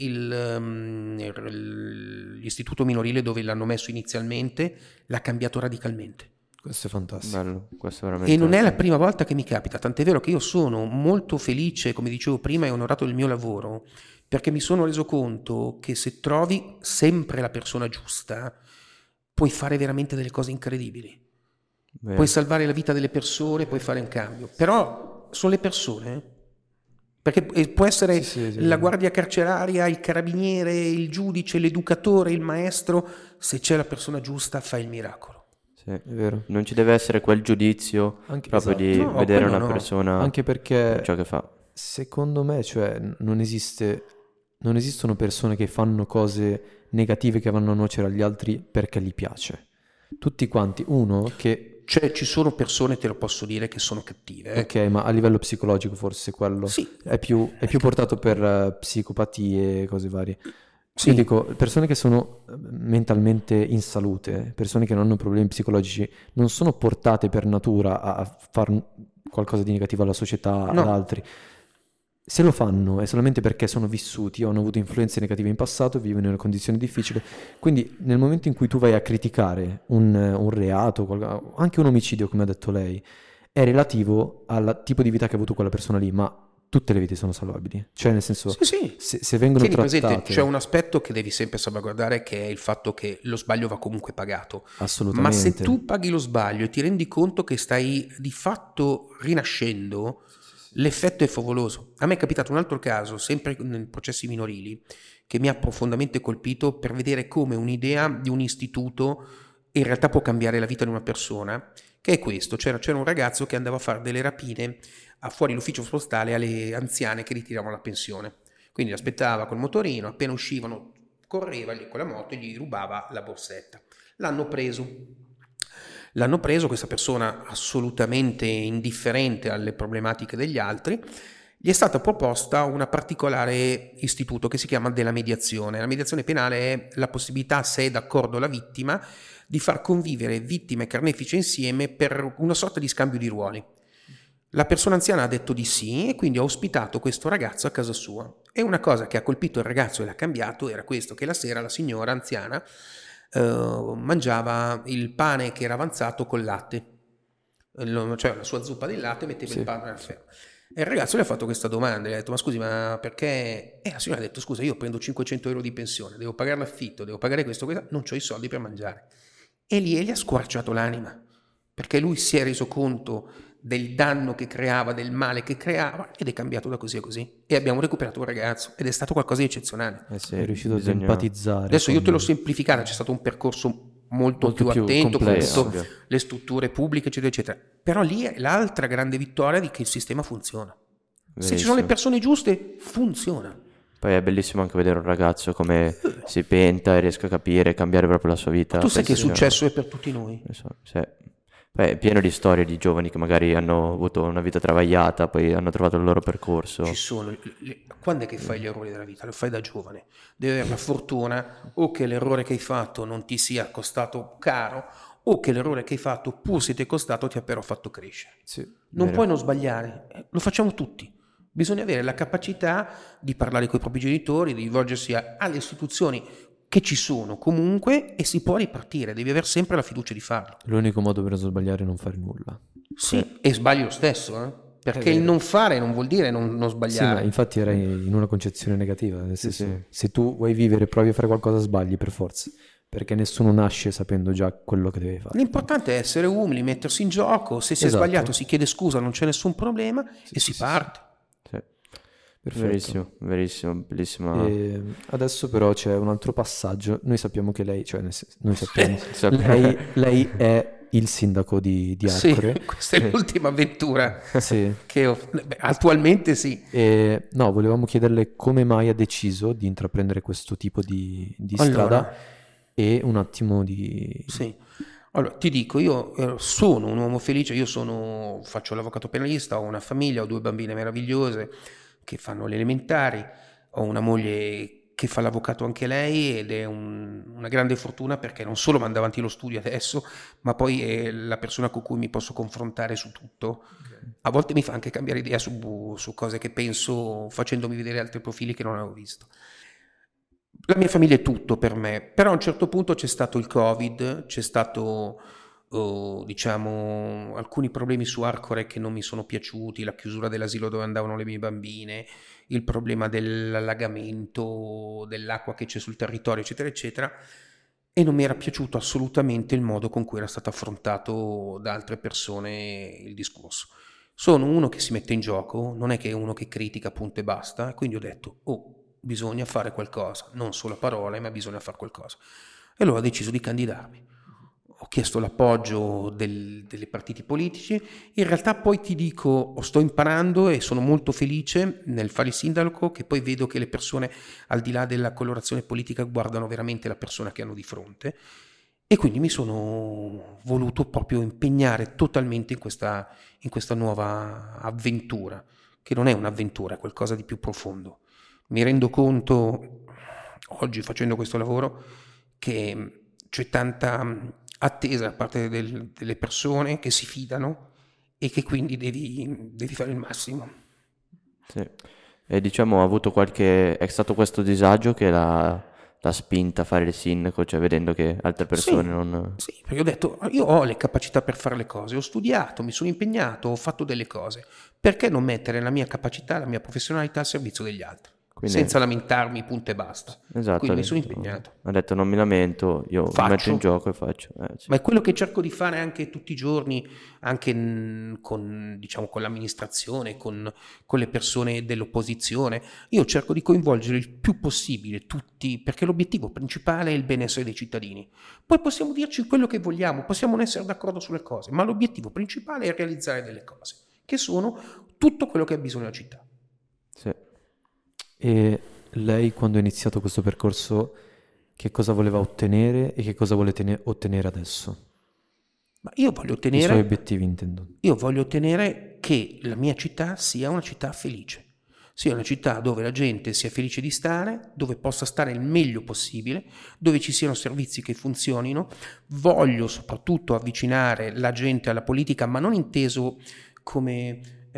S1: l'istituto minorile dove l'hanno messo inizialmente l'ha cambiato radicalmente.
S3: Questo è fantastico.
S2: Bello, questo è veramente...
S1: E non è la prima volta che mi capita, tant'è vero che io sono molto felice, come dicevo prima, e onorato del mio lavoro, perché mi sono reso conto che se trovi sempre la persona giusta, puoi fare veramente delle cose incredibili.
S2: Vero.
S1: Puoi salvare la vita delle persone, puoi fare un cambio. Però sono le persone, perché può essere
S3: Sì,
S1: la guardia carceraria, il carabiniere, il giudice, l'educatore, il maestro. Se c'è la persona giusta, fai il miracolo.
S2: Sì.
S3: È vero.
S2: Non ci deve essere quel giudizio
S3: Anche-
S2: proprio di
S1: esatto. No,
S2: vedere
S1: quello
S2: una
S1: no.
S2: persona
S3: Anche perché
S2: per ciò che fa.
S3: secondo me, cioè, non esistono persone che fanno cose negative che vanno a nuocere agli altri perché gli piace. Tutti quanti, uno che...
S1: Cioè, ci sono persone, te lo posso dire, che sono cattive.
S3: Ok, ma a livello psicologico forse quello
S1: Sì.
S3: è più portato per psicopatie e cose varie.
S1: Sì.
S3: Io dico, persone che sono mentalmente in salute, persone che non hanno problemi psicologici, non sono portate per natura a far qualcosa di negativo alla società,
S1: No.
S3: ad altri. Se lo fanno è solamente perché sono vissuti o hanno avuto influenze negative in passato, vivono in una condizione difficile. Quindi nel momento in cui tu vai a criticare un reato, anche un omicidio, come ha detto lei, è relativo al tipo di vita che ha avuto quella persona lì, ma tutte le vite sono salvabili. Cioè, nel senso,
S1: Sì, sì.
S3: se vengono
S1: Tieni presente,
S3: trattate...
S1: c'è un aspetto che devi sempre salvaguardare, che è il fatto che lo sbaglio va comunque pagato. Ma se
S3: Assolutamente.
S1: tu paghi lo sbaglio e ti rendi conto che stai di fatto rinascendo, l'effetto è favoloso. A me è capitato un altro caso, sempre nei processi minorili, che mi ha profondamente colpito, per vedere come un'idea di un istituto in realtà può cambiare la vita di una persona, che è questo. C'era un ragazzo che andava a fare delle rapine fuori l'ufficio postale alle anziane che ritiravano la pensione. Quindi aspettava col motorino, appena uscivano correva lì con la moto e gli rubava la borsetta. L'hanno preso, questa persona assolutamente indifferente alle problematiche degli altri. Gli è stata proposta una particolare istituto che si chiama della mediazione. La mediazione penale è la possibilità, se è d'accordo la vittima, di far convivere vittima e carnefice insieme per una sorta di scambio di ruoli. La persona anziana ha detto di sì e quindi ha ospitato questo ragazzo a casa sua. E una cosa che ha colpito il ragazzo e l'ha cambiato era questo, che la sera la signora anziana mangiava il pane che era avanzato col latte, cioè la sua zuppa del latte, metteva il pane nel ferro. E il ragazzo le ha fatto questa domanda, gli ha detto: ma scusi, ma perché? E la signora ha detto: scusa, io prendo 500 euro di pensione, devo pagare l'affitto, devo pagare questo, non ho i soldi per mangiare. E lì gli ha squarciato l'anima, perché lui si è reso conto del danno che creava, del male che creava, ed è cambiato da così a così. E abbiamo recuperato un ragazzo, ed è stato qualcosa di eccezionale.
S2: Sì,
S3: È riuscito ad
S2: bisogna-
S3: empatizzare.
S1: Adesso io te l'ho
S3: con-
S1: semplificata, c'è stato un percorso molto
S3: Molto
S1: più
S3: più
S1: attento, con
S3: complesso.
S1: tutte
S2: Ovvio.
S1: le strutture pubbliche, eccetera, eccetera. Però lì è l'altra grande vittoria di che il sistema funziona. Se ci sono le
S2: Verissimo.
S1: persone giuste, funziona.
S2: Poi è bellissimo anche vedere un ragazzo come si penta e riesca a capire e cambiare proprio la sua vita.
S1: Tu sai che
S2: Penso sia-
S1: successo è per tutti noi?
S2: Sì. Poi è pieno di storie di giovani che magari hanno avuto una vita travagliata, poi hanno trovato il loro percorso.
S1: Ci sono, quando è che fai gli errori della vita? Lo fai da giovane. Devi avere la fortuna o che l'errore che hai fatto non ti sia costato caro, o che l'errore che hai fatto, pur se ti è costato, ti ha però fatto crescere.
S3: Sì.
S1: Non
S2: Vero.
S1: puoi non sbagliare, lo facciamo tutti. Bisogna avere la capacità di parlare con i propri genitori, di rivolgersi alle istituzioni che ci sono comunque, e si può ripartire, devi avere sempre la fiducia di farlo.
S3: L'unico modo per non sbagliare è non fare nulla.
S1: Sì, e sbagli lo stesso, perché
S3: È
S1: il
S3: vero.
S1: non fare non vuol dire non
S3: Sì, ma
S1: sbagliare.
S3: infatti era in una concezione negativa, nel senso,
S2: sì.
S3: se tu vuoi vivere, provi a fare qualcosa, sbagli per forza, perché nessuno nasce sapendo già quello che deve fare.
S1: L'importante è essere umili, mettersi in gioco, se si è
S3: Esatto.
S1: sbagliato si chiede scusa, non c'è nessun problema e si parte.
S2: Sì.
S3: Perfetto.
S2: Verissimo, verissimo, bellissima.
S3: E adesso però c'è un altro passaggio. Noi sappiamo che lei, cioè noi sappiamo,
S2: Sappiamo.
S3: lei è il sindaco di
S1: Sì,
S3: Arcore.
S1: questa è l'ultima avventura
S3: Sì.
S1: che ho... Beh, attualmente sì.
S3: E, no, volevamo chiederle come mai ha deciso di intraprendere questo tipo di
S1: Allora.
S3: strada e un attimo di...
S1: Sì. Allora, ti dico, io sono un uomo felice, faccio l'avvocato penalista, ho una famiglia, ho 2 bambine meravigliose che fanno le elementari, ho una moglie che fa l'avvocato anche lei, ed è una grande fortuna, perché non solo manda avanti lo studio adesso, ma poi è la persona con cui mi posso confrontare su tutto. A volte mi fa anche cambiare idea su cose che penso, facendomi vedere altri profili che non avevo visto. La mia famiglia è tutto per me, però a un certo punto c'è stato il Covid, c'è stato diciamo alcuni problemi su Arcore che non mi sono piaciuti, la chiusura dell'asilo dove andavano le mie bambine, il problema dell'allagamento dell'acqua che c'è sul territorio, eccetera eccetera, e non mi era piaciuto assolutamente il modo con cui era stato affrontato da altre persone il discorso. Sono uno che si mette in gioco, non è che è uno che critica punto e basta, e quindi ho detto: bisogna fare qualcosa, non solo a parole, ma bisogna fare qualcosa. E allora ho deciso di candidarmi. Ho chiesto l'appoggio dei partiti politici. In realtà poi ti dico, sto imparando e sono molto felice nel fare il sindaco, che poi vedo che le persone, al di là della colorazione politica, guardano veramente la persona che hanno di fronte, e quindi mi sono voluto proprio impegnare totalmente in questa nuova avventura, che non è un'avventura, è qualcosa di più profondo. Mi rendo conto, oggi facendo questo lavoro, che c'è tanta attesa da parte delle persone che si fidano e che quindi devi fare il massimo.
S2: Sì. E diciamo è stato questo disagio che l'ha spinta a fare il sindaco, cioè vedendo che altre persone non...
S1: Sì, perché ho detto, io ho le capacità per fare le cose, ho studiato, mi sono impegnato, ho fatto delle cose, perché non mettere la mia capacità, la mia professionalità al servizio degli altri?
S2: Quindi,
S1: Senza lamentarmi, punto e basta.
S2: esatto,
S1: Quindi mi sono impegnato.
S2: ha detto non mi lamento, io mi metto in
S1: Faccio.
S2: gioco e faccio. Sì.
S1: Ma è quello che cerco di fare anche tutti i giorni, anche con, diciamo, con l'amministrazione, con le persone dell'opposizione. Io cerco di coinvolgere il più possibile tutti, perché l'obiettivo principale è il benessere dei cittadini. Poi possiamo dirci quello che vogliamo, possiamo non essere d'accordo sulle cose, ma l'obiettivo principale è realizzare delle cose, che sono tutto quello che ha bisogno la città.
S2: Sì.
S3: E lei, quando ha iniziato questo percorso, che cosa voleva ottenere e che cosa vuole ottenere adesso?
S1: Ma io voglio
S3: I suoi
S1: ottenere,
S3: obiettivi, intendo.
S1: io voglio ottenere che la mia città sia una città felice, sia una città dove la gente sia felice di stare, dove possa stare il meglio possibile, dove ci siano servizi che funzionino. Voglio soprattutto avvicinare la gente alla politica, ma non inteso come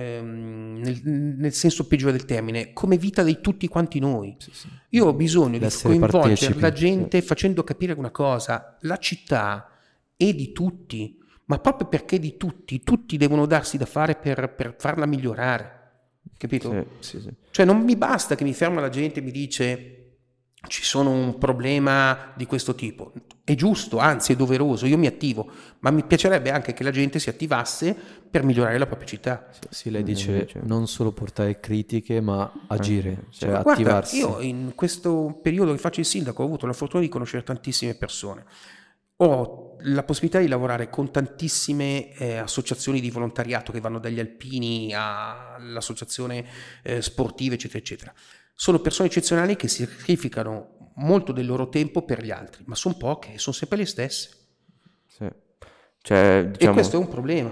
S1: nel senso peggiore del termine, come vita di tutti quanti noi.
S3: Sì.
S1: Io ho bisogno di
S3: Essere
S1: coinvolgere
S3: partecipi.
S1: la gente facendo capire una cosa: la città è di tutti, ma proprio perché di tutti devono darsi da fare per farla migliorare, capito?
S2: Sì.
S1: Cioè non mi basta che mi ferma la gente e mi dice ci sono un problema di questo tipo. È giusto, anzi è doveroso, io mi attivo, ma mi piacerebbe anche che la gente si attivasse per migliorare la propria città.
S3: Sì, lei dice
S2: Invece-
S3: non solo portare critiche, ma agire,
S2: sì.
S3: cioè
S1: Guarda,
S3: attivarsi.
S1: io in questo periodo che faccio il sindaco ho avuto la fortuna di conoscere tantissime persone. Ho la possibilità di lavorare con tantissime associazioni di volontariato che vanno dagli alpini all'associazione sportive, eccetera, eccetera. Sono persone eccezionali che si sacrificano molto del loro tempo per gli altri, ma sono poche e sono sempre le stesse.
S2: Sì. Cioè,
S1: E
S2: diciamo,
S1: questo è un problema.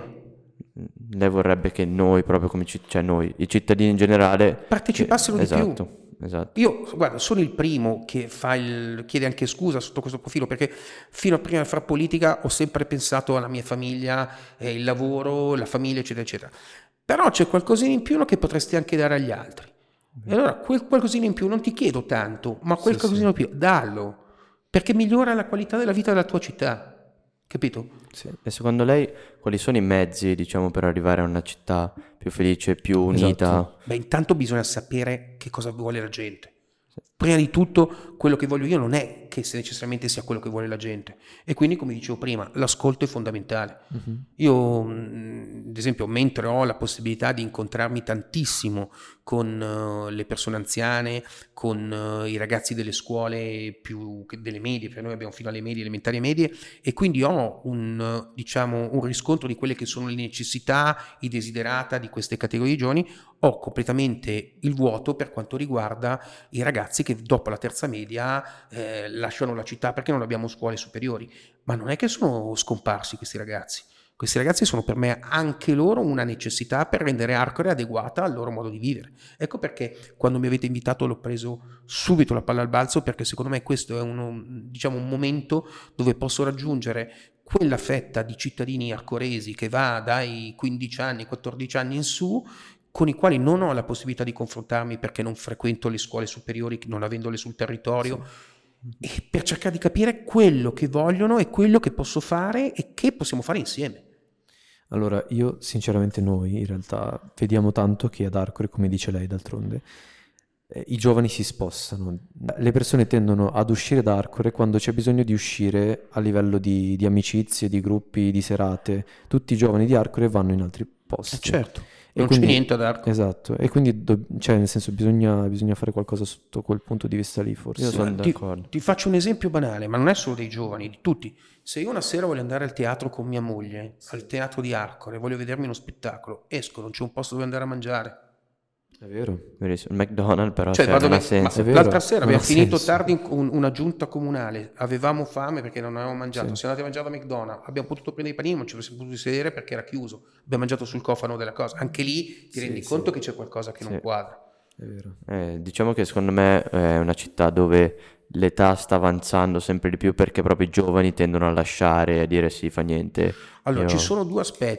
S2: lei vorrebbe che noi, proprio come cioè noi, i cittadini in generale,
S1: Partecipassero di più.
S2: Esatto.
S1: Io, guarda, sono il primo che chiede anche scusa sotto questo profilo, perché fino a prima di fare politica ho sempre pensato alla mia famiglia, il lavoro, la famiglia, eccetera, eccetera. Però c'è qualcosina in più che potresti anche dare agli altri. E allora quel qualcosina in più non ti chiedo tanto, ma quel qualcosina in più, dallo, perché migliora la qualità della vita della tua città, capito?
S3: Sì.
S2: E secondo lei quali sono i mezzi, diciamo, per arrivare a una città più felice, più unita?
S3: Esatto.
S1: Beh, intanto bisogna sapere che cosa vuole la gente. Prima di tutto, quello che voglio io non è che se necessariamente sia quello che vuole la gente. E quindi, come dicevo prima, l'ascolto è fondamentale. Io, ad esempio, mentre ho la possibilità di incontrarmi tantissimo con le persone anziane, con i ragazzi delle scuole più che delle medie, perché noi abbiamo fino alle medie, elementari e medie, e quindi ho un riscontro di quelle che sono le necessità, i desiderata di queste categorie di giovani. Ho completamente il vuoto per quanto riguarda i ragazzi che dopo la terza media lasciano la città perché non abbiamo scuole superiori, ma non è che sono scomparsi questi ragazzi. Questi ragazzi sono per me anche loro una necessità per rendere Arcore adeguata al loro modo di vivere. Ecco perché quando mi avete invitato l'ho preso subito la palla al balzo, perché secondo me questo è un momento dove posso raggiungere quella fetta di cittadini arcoresi che va dai 15 anni, 14 anni in su, con i quali non ho la possibilità di confrontarmi perché non frequento le scuole superiori, non avendole sul territorio, e per cercare di capire quello che vogliono e quello che posso fare e che possiamo fare insieme.
S3: Allora, io sinceramente noi in realtà vediamo tanto che ad Arcore, come dice lei d'altronde, i giovani si spostano. Le persone tendono ad uscire da Arcore quando c'è bisogno di uscire a livello di amicizie, di gruppi, di serate. Tutti i giovani di Arcore vanno in altri posti.
S1: Certo,
S3: E
S1: non
S3: quindi-
S1: c'è niente ad Arcore.
S3: Esatto, e quindi cioè, nel senso bisogna fare qualcosa sotto quel punto di vista lì, forse.
S2: Io sono
S1: Ti,
S2: d'accordo.
S1: ti faccio un esempio banale, ma non è solo dei giovani, di tutti. Se io una sera voglio andare al teatro con mia moglie, al teatro di Arcore, voglio vedermi uno spettacolo, esco, non c'è un posto dove andare a mangiare.
S3: È vero.
S2: Verissimo. Il McDonald's però
S1: Cioè,
S2: cioè, non ha
S1: ma
S2: senso.
S3: È vero,
S1: l'altra sera
S3: non
S1: abbiamo
S3: ha
S1: finito
S3: senso.
S1: tardi una giunta comunale, avevamo fame perché non avevamo mangiato,
S3: Sì.
S1: siamo andati a mangiare da McDonald's, abbiamo potuto prendere i panini, non ci siamo potuti sedere perché era chiuso, abbiamo mangiato sul cofano della cosa, anche lì ti
S3: Sì,
S1: rendi
S3: sì.
S1: conto che c'è qualcosa che non
S2: Sì.
S1: quadra.
S3: È vero.
S2: Diciamo che secondo me è una città dove l'età sta avanzando sempre di più perché proprio i giovani tendono a lasciare e a dire sì, fa niente.
S1: Allora,
S2: Io-
S1: ci sono due aspetti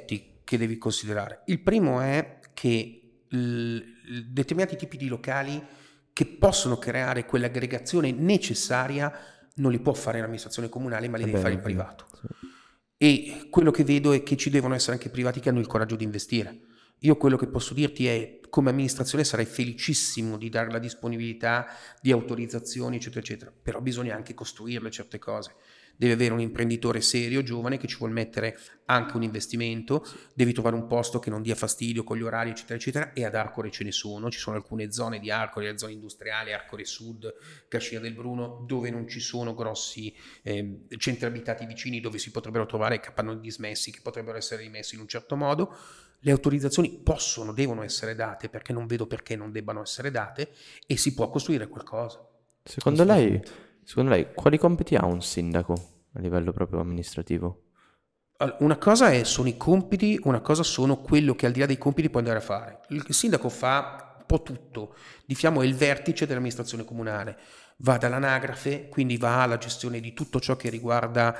S1: che devi considerare. Il primo è che determinati tipi di locali che possono creare quell'aggregazione necessaria non li può fare l'amministrazione comunale, ma li deve fare il privato.
S3: Sì.
S1: E quello che vedo è che ci devono essere anche privati che hanno il coraggio di investire. Io quello che posso dirti è, come amministrazione sarei felicissimo di dare la disponibilità di autorizzazioni, eccetera, eccetera, però bisogna anche costruirle certe cose. Devi avere un imprenditore serio, giovane, che ci vuol mettere anche un investimento, devi trovare un posto che non dia fastidio con gli orari, eccetera, eccetera, e ad Arcore ce ne sono, ci sono alcune zone di Arcore, le zone industriali, Arcore Sud, Cascina del Bruno, dove non ci sono grossi centri abitati vicini dove si potrebbero trovare capannoni dismessi che potrebbero essere rimessi in un certo modo. Le autorizzazioni devono essere date, perché non vedo perché non debbano essere date, e si può costruire qualcosa.
S2: Secondo lei, quali compiti ha un sindaco a livello proprio amministrativo?
S1: Una cosa sono i compiti, una cosa sono quello che al di là dei compiti può andare a fare. Il sindaco fa un po' tutto, diciamo è il vertice dell'amministrazione comunale, va dall'anagrafe, quindi va alla gestione di tutto ciò che riguarda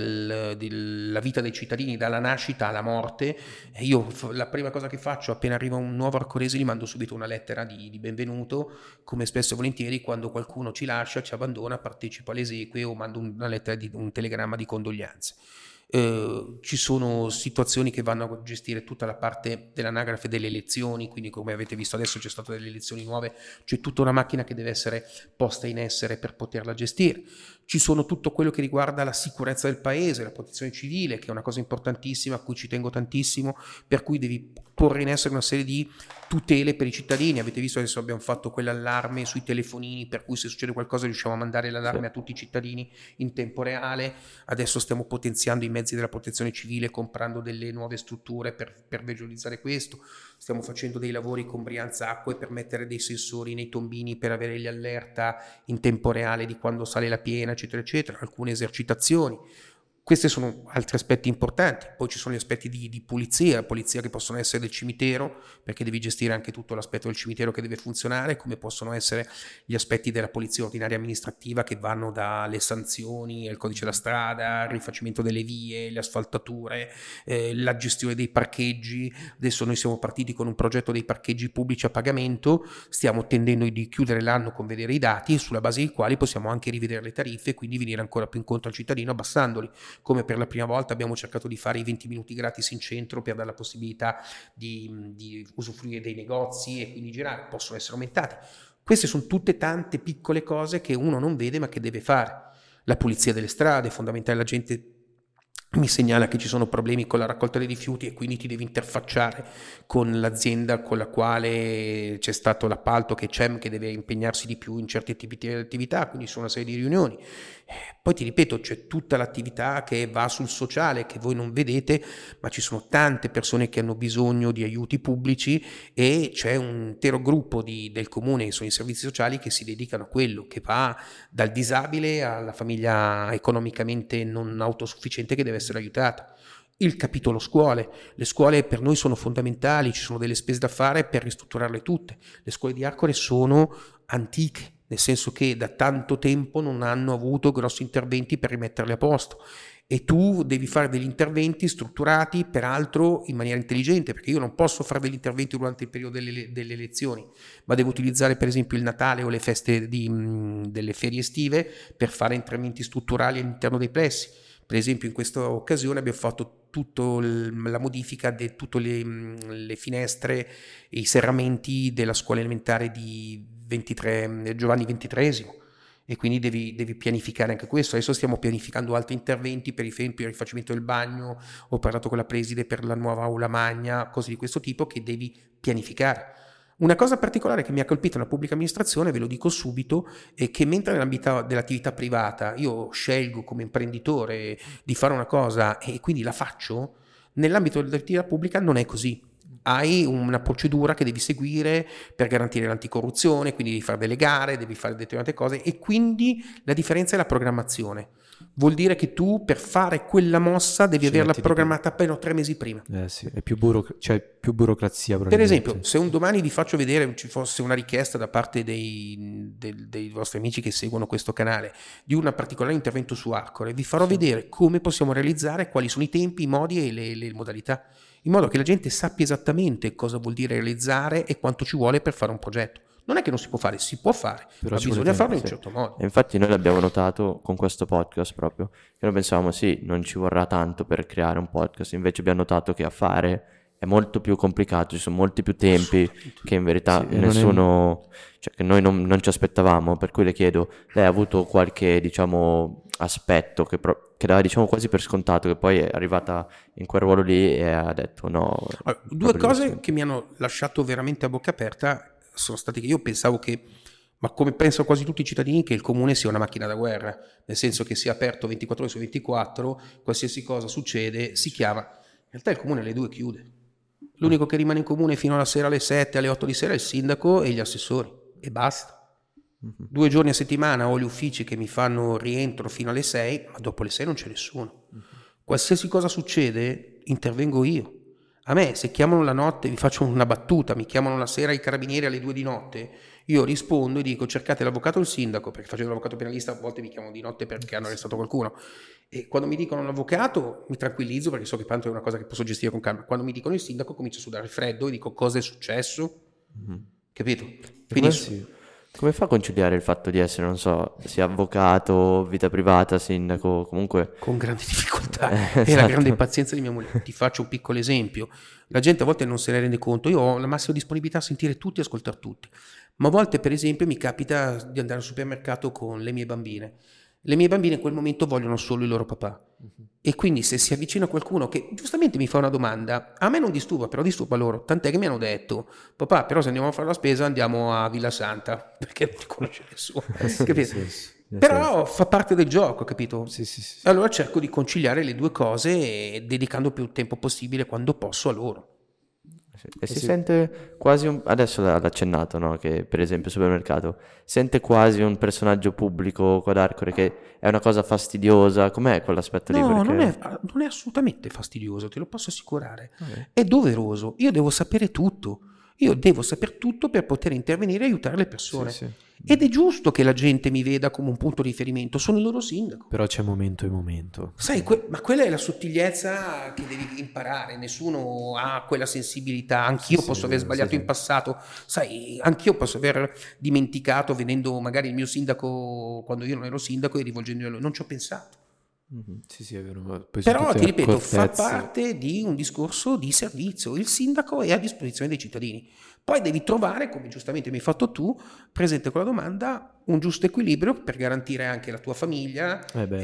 S1: la vita dei cittadini, dalla nascita alla morte. E io la prima cosa che faccio appena arriva un nuovo arcorese gli mando subito una lettera di benvenuto, come spesso e volentieri quando qualcuno ci lascia, ci abbandona, partecipo alle esequie o mando una lettera, un telegramma di condoglianze. Ci sono situazioni che vanno a gestire tutta la parte dell'anagrafe delle elezioni, quindi come avete visto adesso c'è stato delle elezioni nuove, c'è tutta una macchina che deve essere posta in essere per poterla gestire. Ci sono tutto quello che riguarda la sicurezza del paese, la protezione civile, che è una cosa importantissima a cui ci tengo tantissimo, per cui devi porre in essere una serie di tutele per i cittadini. Avete visto adesso abbiamo fatto quell'allarme sui telefonini, per cui se succede qualcosa riusciamo a mandare l'allarme a tutti i cittadini in tempo reale. Adesso stiamo potenziando i mezzi della protezione civile, comprando delle nuove strutture per visualizzare questo. Stiamo facendo dei lavori con Brianza Acque per mettere dei sensori nei tombini per avere gli allerta in tempo reale di quando sale la piena, eccetera, eccetera. Alcune esercitazioni. Questi sono altri aspetti importanti. Poi ci sono gli aspetti di pulizia che possono essere del cimitero, perché devi gestire anche tutto l'aspetto del cimitero che deve funzionare, come possono essere gli aspetti della polizia ordinaria amministrativa che vanno dalle sanzioni, al codice della strada, al rifacimento delle vie, le asfaltature, la gestione dei parcheggi. Adesso noi siamo partiti con un progetto dei parcheggi pubblici a pagamento, stiamo tendendo di chiudere l'anno con vedere i dati, sulla base dei quali possiamo anche rivedere le tariffe e quindi venire ancora più incontro al cittadino abbassandoli. Come per la prima volta abbiamo cercato di fare i 20 minuti gratis in centro per dare la possibilità di usufruire dei negozi e quindi girare, possono essere aumentati. Queste sono tutte tante piccole cose che uno non vede ma che deve fare. La pulizia delle strade è fondamentale, la gente mi segnala che ci sono problemi con la raccolta dei rifiuti e quindi ti devi interfacciare con l'azienda con la quale c'è stato l'appalto, che c'è, che deve impegnarsi di più in certi tipi di attività, quindi sono una serie di riunioni. Poi ti ripeto, c'è tutta l'attività che va sul sociale che voi non vedete, ma ci sono tante persone che hanno bisogno di aiuti pubblici e c'è un intero gruppo del comune, sono i servizi sociali che si dedicano a quello, che va dal disabile alla famiglia economicamente non autosufficiente che deve essere aiutata. Il capitolo scuole, le scuole per noi sono fondamentali, ci sono delle spese da fare per ristrutturarle tutte. Le scuole di Arcore sono antiche, nel senso che da tanto tempo non hanno avuto grossi interventi per rimetterle a posto e tu devi fare degli interventi strutturati, peraltro in maniera intelligente, perché io non posso fare degli interventi durante il periodo delle elezioni, ma devo utilizzare per esempio il Natale o le feste delle ferie estive per fare interventi strutturali all'interno dei plessi. Per esempio in questa occasione abbiamo fatto la modifica di tutte le finestre e i serramenti della scuola elementare di Giovanni XXIII e quindi devi pianificare anche questo. Adesso stiamo pianificando altri interventi, per esempio il rifacimento del bagno, ho parlato con la preside per la nuova aula magna, cose di questo tipo che devi pianificare. Una cosa particolare che mi ha colpito nella pubblica amministrazione, ve lo dico subito, è che mentre nell'ambito dell'attività privata io scelgo come imprenditore di fare una cosa e quindi la faccio, nell'ambito dell'attività pubblica non è così. Hai una procedura che devi seguire per garantire l'anticorruzione, quindi devi fare delle gare, devi fare determinate cose e quindi la differenza è la programmazione. vuol dire che tu per fare quella mossa devi
S3: Ci
S1: averla
S3: metti di
S1: programmata appena 3 mesi prima.
S3: Sì, è più c'è più burocrazia
S1: Per
S3: probabilmente.
S1: esempio, se un domani vi faccio vedere, ci fosse una richiesta da parte dei vostri amici che seguono questo canale di un particolare intervento su Arcore, vi farò vedere come possiamo realizzare, quali sono i tempi, i modi e le modalità, in modo che la gente sappia esattamente cosa vuol dire realizzare e quanto ci vuole per fare un progetto. Non è che non si può fare, si può fare,
S3: Però
S1: ma
S3: ci vuole
S1: bisogna farlo in
S3: tempo,
S1: un certo modo.
S2: E infatti noi l'abbiamo notato con questo podcast proprio, che noi pensavamo sì, non ci vorrà tanto per creare un podcast, invece abbiamo notato che a fare è molto più complicato, ci sono molti più tempi che in verità
S3: Sì, e
S2: nessuno, cioè che noi non ci aspettavamo, per cui le chiedo, lei ha avuto qualche diciamo aspetto che dava diciamo quasi per scontato, che poi è arrivata in quel ruolo lì e ha detto no.
S1: Allora, due
S2: proprio
S1: cose
S2: adesso.
S1: che mi hanno lasciato veramente a bocca aperta sono state che io pensavo che, ma come pensano quasi tutti i cittadini, che il comune sia una macchina da guerra, nel senso che sia aperto 24 ore su 24, qualsiasi cosa succede si chiama. In realtà il comune alle 2 chiude. L'unico che rimane in comune fino alla sera alle 7, alle 8 di sera è il sindaco e gli assessori, e basta. 2 giorni a settimana ho gli uffici che mi fanno rientro fino alle 6, ma dopo le 6 non c'è nessuno. Qualsiasi cosa succede, intervengo io. A me, se chiamano la notte, vi faccio una battuta, mi chiamano la sera i carabinieri alle 2 di notte, io rispondo e dico cercate l'avvocato o il sindaco, perché facendo l'avvocato penalista a volte mi chiamano di notte perché hanno arrestato qualcuno. E quando mi dicono l'avvocato mi tranquillizzo perché so che tanto è una cosa che posso gestire con calma. Quando mi dicono il sindaco comincio a sudare freddo e dico cosa è successo, capito? Quindi
S3: sì.
S2: Come fa a conciliare il fatto di essere, non so, sia avvocato, vita privata, sindaco, comunque...
S1: con grande difficoltà e la
S2: Esatto.
S1: grande pazienza di mia moglie. Ti faccio un piccolo esempio. La gente a volte non se ne rende conto. Io ho la massima disponibilità a sentire tutti e ascoltare tutti. Ma a volte, per esempio, mi capita di andare al supermercato con le mie bambine. Le mie bambine in quel momento vogliono solo il loro papà. E quindi se si avvicina qualcuno che giustamente mi fa una domanda, a me non disturba, però disturba loro. Tant'è che mi hanno detto, papà, però se andiamo a fare la spesa andiamo a Villa Santa, perché non ti conosce nessuno. Capito? Però fa parte del gioco, capito?
S3: Sì, sì, sì.
S1: Allora cerco di conciliare le due cose dedicando più tempo possibile quando posso a loro.
S2: E si sente quasi adesso l'ha accennato, no? Che per esempio il supermercato sente quasi un personaggio pubblico qua ad Arcore, che è una cosa fastidiosa. Com'è quell'aspetto lì?
S1: No,
S2: Perché...
S1: non è assolutamente fastidioso, te lo posso assicurare. È doveroso. Io devo sapere tutto. Io devo saper tutto per poter intervenire e aiutare le persone.
S3: Sì, sì.
S1: Ed è giusto che la gente mi veda come un punto di riferimento. Sono il loro sindaco.
S3: Però c'è momento e momento.
S1: Sai, ma quella è la sottigliezza che devi imparare. Nessuno ha quella sensibilità. Anch'io posso aver sbagliato in passato. Sai, anch'io posso aver dimenticato vedendo magari il mio sindaco quando io non ero sindaco e rivolgendomi a lui. Non ci ho pensato.
S3: Sì, sì, è vero. Ma poi
S1: Però
S3: sono tutte
S1: ti ripeto, fa
S3: accortezze.
S1: parte di un discorso di servizio. Il sindaco è a disposizione dei cittadini. Poi devi trovare, come giustamente mi hai fatto tu, presente con la domanda, un giusto equilibrio per garantire anche la tua famiglia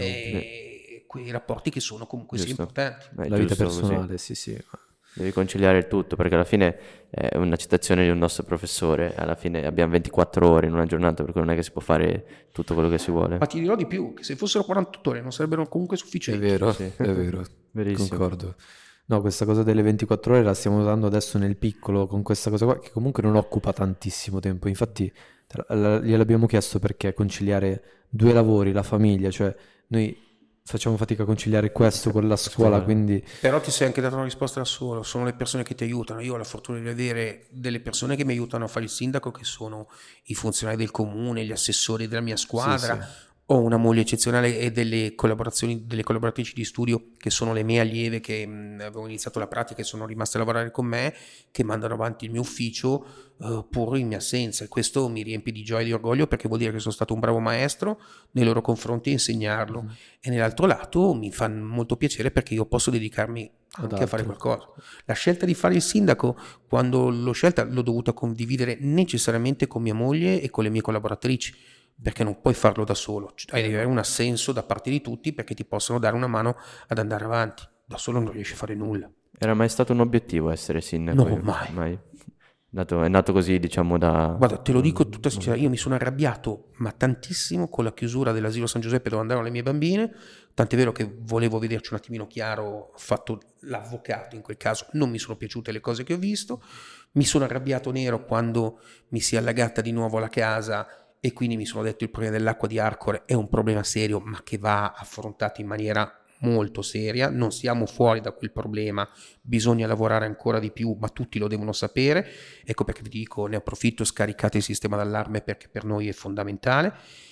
S1: e quei rapporti che sono comunque sia
S2: Giusto.
S1: importanti.
S3: La vita
S2: giusto così.
S3: personale, sì, sì.
S2: Devi conciliare il tutto, perché alla fine è una citazione di un nostro professore, alla fine abbiamo 24 ore in una giornata, per cui non è che si può fare tutto quello che si vuole.
S1: Ma ti dirò di più, che se fossero 48 ore non sarebbero comunque
S3: È
S1: sufficienti.
S3: vero,
S2: Sì.
S3: è vero.
S2: Verissimo.
S3: Concordo. No, questa cosa delle 24 ore la stiamo usando adesso nel piccolo con questa cosa qua, che comunque non occupa tantissimo tempo. Infatti gliel'abbiamo chiesto perché conciliare 2 lavori, la famiglia, cioè noi facciamo fatica a conciliare questo con la scuola, quindi
S1: Però ti sei anche dato una risposta da solo, sono le persone che ti aiutano. Io ho la fortuna di avere delle persone che mi aiutano a fare il sindaco, che sono i funzionari del comune, gli assessori della mia squadra. Ho una moglie eccezionale e delle collaboratrici di studio che sono le mie allieve che avevo iniziato la pratica e sono rimaste a lavorare con me, che mandano avanti il mio ufficio pur in mia assenza, e questo mi riempie di gioia e di orgoglio perché vuol dire che sono stato un bravo maestro nei loro confronti e insegnarlo. E nell'altro lato mi fa molto piacere perché io posso dedicarmi anche a fare qualcosa. La scelta di fare il sindaco, quando l'ho scelta, l'ho dovuta condividere necessariamente con mia moglie e con le mie collaboratrici, perché non puoi farlo da solo, hai di avere un assenso da parte di tutti perché ti possono dare una mano ad andare avanti. Da solo non riesci a fare nulla.
S2: Era mai stato un obiettivo essere sindaco?
S1: No, mai.
S2: È nato così, diciamo, da...
S1: Guarda, te lo dico tutta sincerità, io mi sono arrabbiato ma tantissimo con la chiusura dell'asilo San Giuseppe dove andavano le mie bambine, tant'è vero che volevo vederci un attimino chiaro, ho fatto l'avvocato in quel caso, non mi sono piaciute le cose che ho visto, mi sono arrabbiato nero quando mi si è allagata di nuovo la casa e quindi mi sono detto il problema dell'acqua di Arcore è un problema serio, ma che va affrontato in maniera molto seria. Non siamo fuori da quel problema, bisogna lavorare ancora di più, ma tutti lo devono sapere. Ecco perché vi dico, ne approfitto, scaricate il sistema d'allarme perché per noi è fondamentale.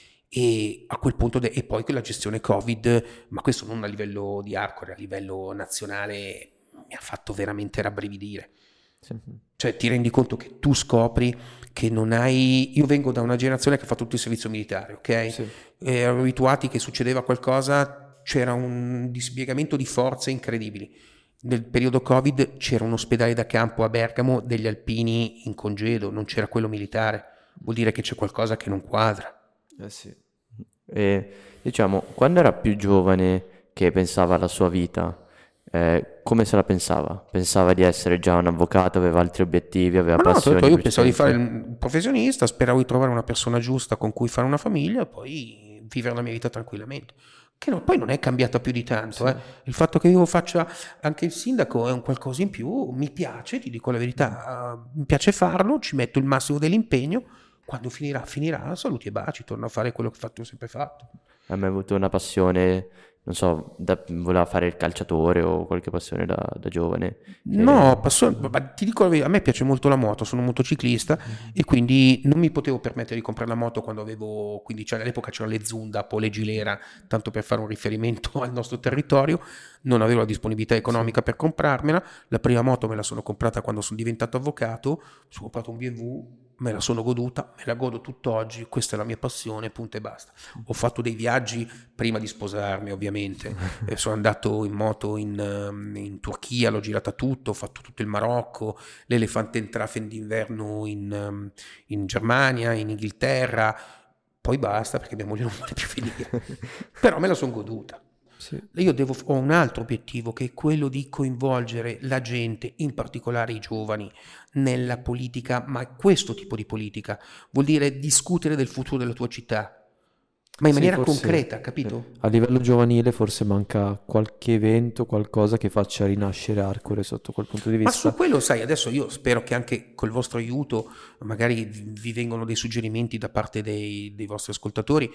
S1: E a quel punto e poi la gestione Covid, ma questo non a livello di Arcore, a livello nazionale, mi ha fatto veramente rabbrividire.
S2: Sì.
S1: Cioè ti rendi conto che tu scopri che non hai... Io vengo da una generazione che ha fatto tutto il servizio militare, ok?
S3: Sì.
S1: Ero abituati che succedeva qualcosa, c'era un dispiegamento di forze incredibili. Nel periodo Covid c'era un ospedale da campo a Bergamo degli alpini in congedo, non c'era quello militare. Vuol dire che c'è qualcosa che non quadra.
S3: Sì.
S2: E diciamo, quando era più giovane che pensava alla sua vita, come se la pensava? Pensava di essere già un avvocato, aveva altri obiettivi, aveva
S1: Ma no,
S2: passioni,
S1: io pensavo di fare
S2: precedenti?
S1: il professionista, speravo di trovare una persona giusta con cui fare una famiglia e poi vivere la mia vita tranquillamente. Che poi non è cambiata più di tanto.
S3: Sì.
S1: Il fatto che io faccia anche il sindaco è un qualcosa in più, mi piace, ti dico la verità, mi piace farlo, ci metto il massimo dell'impegno, quando finirà, saluti e baci, torno a fare quello che ho sempre fatto.
S2: Hai mai avuto una passione, non so, voleva fare il calciatore o qualche passione da giovane?
S1: No, ma ti dico la verità, a me piace molto la moto, sono un motociclista e quindi non mi potevo permettere di comprare la moto quando avevo 15 anni, all'epoca c'erano le Zundap o le Gilera, tanto per fare un riferimento al nostro territorio, non avevo la disponibilità economica per comprarmela, la prima moto me la sono comprata quando sono diventato avvocato, sono comprato un BMW, me la sono goduta, me la godo tutt'oggi, questa è la mia passione, punto e basta. Ho fatto dei viaggi prima di sposarmi ovviamente, sono andato in moto in Turchia, l'ho girata tutto, ho fatto tutto il Marocco, l'Elefantentrafen d'inverno in Germania, in Inghilterra, poi basta perché mia moglie non vuole più venire, però me la sono goduta.
S3: Sì.
S1: Io ho un altro obiettivo che è quello di coinvolgere la gente, in particolare i giovani, nella politica, ma questo tipo di politica vuol dire discutere del futuro della tua città, ma in
S3: Sì,
S1: maniera
S3: forse
S1: concreta, capito?
S3: a livello giovanile forse manca qualche evento, qualcosa che faccia rinascere Arcore sotto quel punto di
S1: Ma su
S3: vista.
S1: quello, sai, adesso io spero che anche col vostro aiuto magari vi vengono dei suggerimenti da parte dei vostri ascoltatori.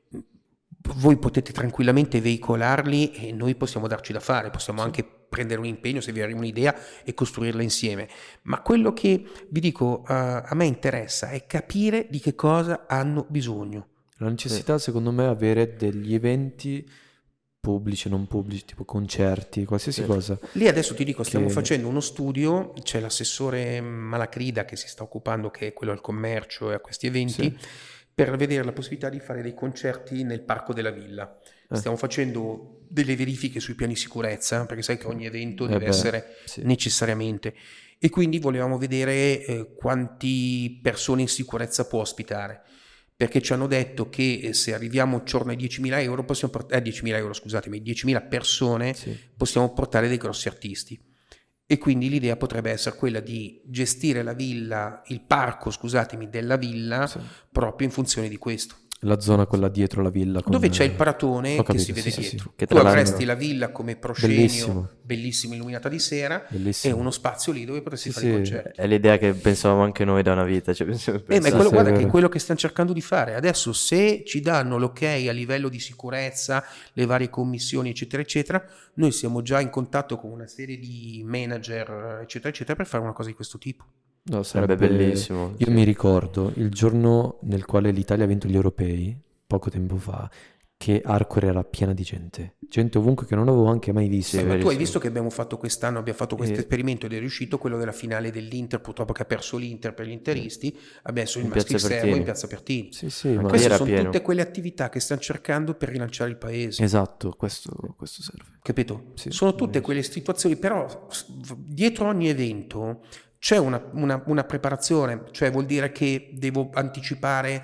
S1: Voi potete tranquillamente veicolarli e noi possiamo darci da fare, possiamo
S3: Sì.
S1: anche prendere un impegno se vi arriva un'idea e costruirla insieme. Ma quello che vi dico, a me interessa è capire di che cosa hanno bisogno.
S3: La necessità, secondo me, è avere degli eventi pubblici, non pubblici, tipo concerti, qualsiasi
S2: Sì.
S3: cosa.
S1: Lì adesso ti dico, stiamo
S3: Che-
S1: facendo uno studio, c'è l'assessore Malacrida che si sta occupando, che è quello al commercio e a questi eventi,
S3: Sì.
S1: per vedere la possibilità di fare dei concerti nel Parco della Villa. Stiamo facendo delle verifiche sui piani sicurezza, perché sai che ogni evento deve essere
S3: sì.
S1: necessariamente. E quindi volevamo vedere quanti persone in sicurezza può ospitare. Perché ci hanno detto che se arriviamo attorno ai 10.000 euro, 10.000 euro, scusatemi, 10.000 persone,
S3: Sì.
S1: possiamo portare dei grossi artisti. E quindi l'idea potrebbe essere quella di gestire la villa, il parco, scusatemi, della villa,
S3: Sì.
S1: proprio in funzione di questo.
S3: La zona quella dietro la villa.
S1: Dove c'è il paratone
S3: Ho
S1: che
S3: capito,
S1: si vede
S3: sì, sì,
S1: dietro.
S3: sì.
S2: Che
S1: Tu
S2: tra
S1: avresti
S2: l'altro
S1: la villa come proscenio,
S3: Bellissimo.
S1: bellissima illuminata di sera, e
S3: Bellissimo.
S1: uno spazio lì dove potresti
S3: Sì,
S1: fare i
S3: sì.
S1: concerti.
S2: è l'idea che pensavamo anche noi da una vita, cioè
S1: Ma è
S3: Sì,
S1: quello,
S3: sì,
S1: guarda
S3: è
S1: che è
S3: vero.
S1: quello che stiamo cercando di fare. Adesso se ci danno l'ok a livello di sicurezza, le varie commissioni, eccetera, eccetera, noi siamo già in contatto con una serie di manager, eccetera, eccetera, per fare una cosa di questo tipo.
S3: No,
S2: sarebbe bellissimo.
S3: Io
S2: Sì.
S3: mi ricordo il giorno nel quale l'Italia ha vinto gli europei, poco tempo fa, che Arcore era piena di gente. Gente ovunque che non avevo anche mai visto.
S2: Sì,
S1: Ma tu hai
S2: verissimo.
S1: visto che abbiamo fatto quest'anno, abbiamo fatto questo
S3: E-
S1: esperimento ed è riuscito, quello della finale dell'Inter, purtroppo che ha perso l'Inter per gli interisti, abbiamo messo il
S2: In Piazza
S1: Maschil Servo
S2: Pertini.
S1: in Piazza Pertini.
S3: Sì, sì,
S2: Anche
S3: ma
S2: lì
S1: Queste
S2: era
S1: sono
S2: pieno.
S1: tutte quelle attività che stiamo cercando per rilanciare il paese.
S3: esatto, questo serve.
S1: Capito?
S3: Sì,
S1: Sono tutte
S3: verissimo.
S1: quelle situazioni, però dietro ogni evento c'è una preparazione, cioè vuol dire che devo anticipare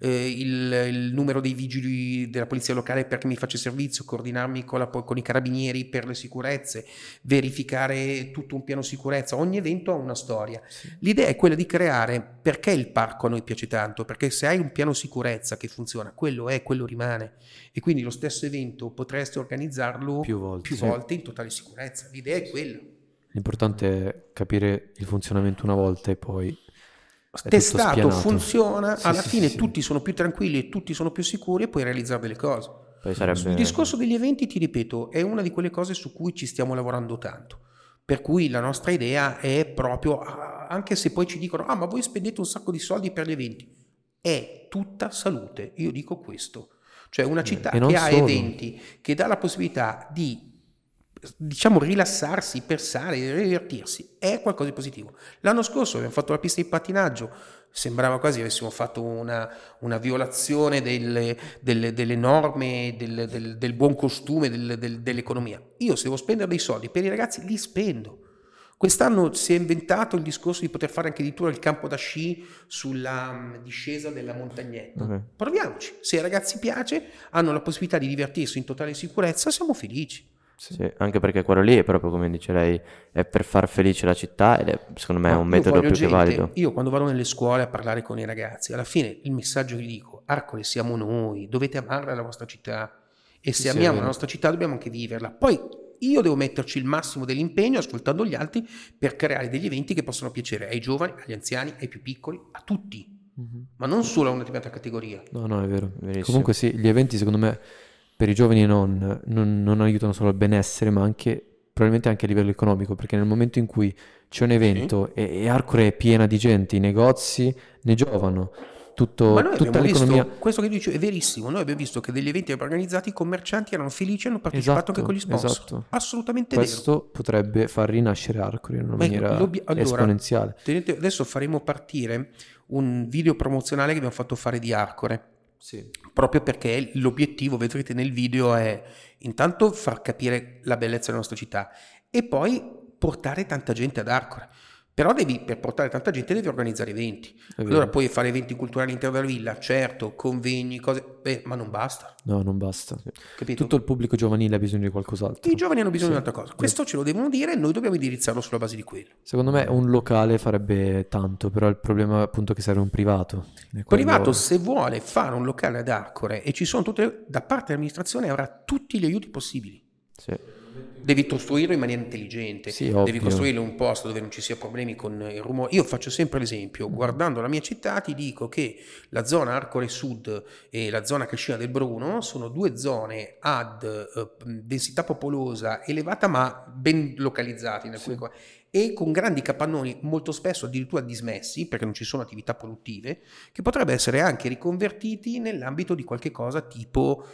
S1: il numero dei vigili della polizia locale perché mi faccia servizio, coordinarmi con i carabinieri per le sicurezze, verificare tutto un piano sicurezza. Ogni evento ha una storia. L'idea è quella di creare, perché il parco a noi piace tanto, perché se hai un piano sicurezza che funziona, quello è, quello rimane. E quindi lo stesso evento potresti organizzarlo
S3: Più volte, sì.
S1: volte in totale sicurezza. L'idea è quella.
S3: L'importante è capire il funzionamento una volta e poi tutto
S1: testato,
S3: spianato.
S1: funziona,
S3: Sì,
S1: alla
S3: sì,
S1: fine
S3: sì.
S1: tutti sono più tranquilli e tutti sono più sicuri e puoi realizzare delle cose.
S2: Poi
S1: Il
S2: sarebbe...
S1: discorso degli eventi, ti ripeto, è una di quelle cose su cui ci stiamo lavorando tanto. Per cui la nostra idea è proprio, anche se poi ci dicono, ma voi spendete un sacco di soldi per gli eventi, è tutta salute. Io dico questo. Cioè una città
S3: E non
S1: che ha
S3: solo.
S1: eventi, che dà la possibilità di, diciamo, rilassarsi, persare, divertirsi, è qualcosa di positivo. L'anno scorso abbiamo fatto la pista di pattinaggio, sembrava quasi avessimo fatto una violazione delle norme, del buon costume, dell'economia. Io se devo spendere dei soldi per i ragazzi li spendo. Quest'anno si è inventato il discorso di poter fare anche addirittura il campo da sci sulla discesa della montagnetta.
S2: Ok.
S1: Proviamoci, se ai ragazzi piace, hanno la possibilità di divertirsi in totale sicurezza, siamo felici.
S2: Sì, anche perché quello lì è proprio come dice lei, è per far felice la città ed è secondo me un
S1: Io
S2: metodo
S1: voglio
S2: più che
S1: gente-
S2: valido.
S1: Io quando vado nelle scuole a parlare con i ragazzi, alla fine il messaggio che gli dico, Arcole siamo noi, dovete amare la vostra città e se
S3: Sì, è
S1: amiamo
S3: vero.
S1: la nostra città dobbiamo anche viverla. Poi io devo metterci il massimo dell'impegno ascoltando gli altri per creare degli eventi che possono piacere ai giovani, agli anziani, ai più piccoli, a tutti, ma non solo a una determinata categoria.
S3: No, è vero.
S2: Verissimo.
S3: Comunque sì, gli eventi secondo me per i giovani non aiutano solo al benessere, ma anche probabilmente anche a livello economico, perché nel momento in cui c'è un evento e Arcore è piena di gente, i negozi ne giovano,
S1: Ma noi
S3: tutta
S1: abbiamo
S3: l'economia.
S1: visto, questo che dici è verissimo, noi abbiamo visto che degli eventi organizzati i commercianti erano felici e hanno partecipato anche con gli sponsor.
S3: Esatto.
S1: Assolutamente vero.
S3: Questo potrebbe far rinascere Arcore in una
S1: Ma ecco,
S3: maniera
S1: allora,
S3: esponenziale.
S1: adesso faremo partire un video promozionale che abbiamo fatto fare di Arcore,
S3: Sì.
S1: proprio perché l'obiettivo, vedrete nel video, è intanto far capire la bellezza della nostra città e poi portare tanta gente ad Arcore. Però per portare tanta gente devi organizzare eventi.
S3: vero.
S1: Allora puoi fare eventi culturali all'interno della villa, certo, convegni, cose, ma non basta,
S3: No, non basta.
S1: capito?
S3: Tutto il pubblico giovanile ha bisogno di qualcos'altro.
S1: I giovani hanno bisogno
S3: Sì.
S1: di un'altra cosa. Questo ce lo devono dire e noi dobbiamo indirizzarlo sulla base di quello.
S3: Secondo me un locale farebbe tanto, però il problema è appunto che serve un privato. E quello-
S1: Privato, se vuole fare un locale ad Arcore e ci sono tutte, da parte dell'amministrazione avrà tutti gli aiuti possibili.
S2: Sì.
S1: Devi costruirlo in maniera intelligente,
S3: Sì,
S1: devi
S3: ovvio.
S1: costruirlo in un posto dove non ci sia problemi con il rumore. Io faccio sempre l'esempio, guardando la mia città ti dico che la zona Arcore Sud e la zona Cascina del Bruno sono due zone ad densità popolosa elevata ma ben localizzate in alcune cose, e con grandi capannoni molto spesso addirittura dismessi perché non ci sono attività produttive che potrebbero essere anche riconvertiti nell'ambito di qualche cosa tipo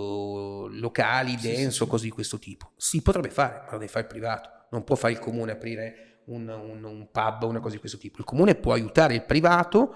S1: locali, denso, cose di questo tipo. Si potrebbe fare, ma lo deve fare il privato, non può fare il comune aprire un pub o una cosa di questo tipo. Il comune può aiutare il privato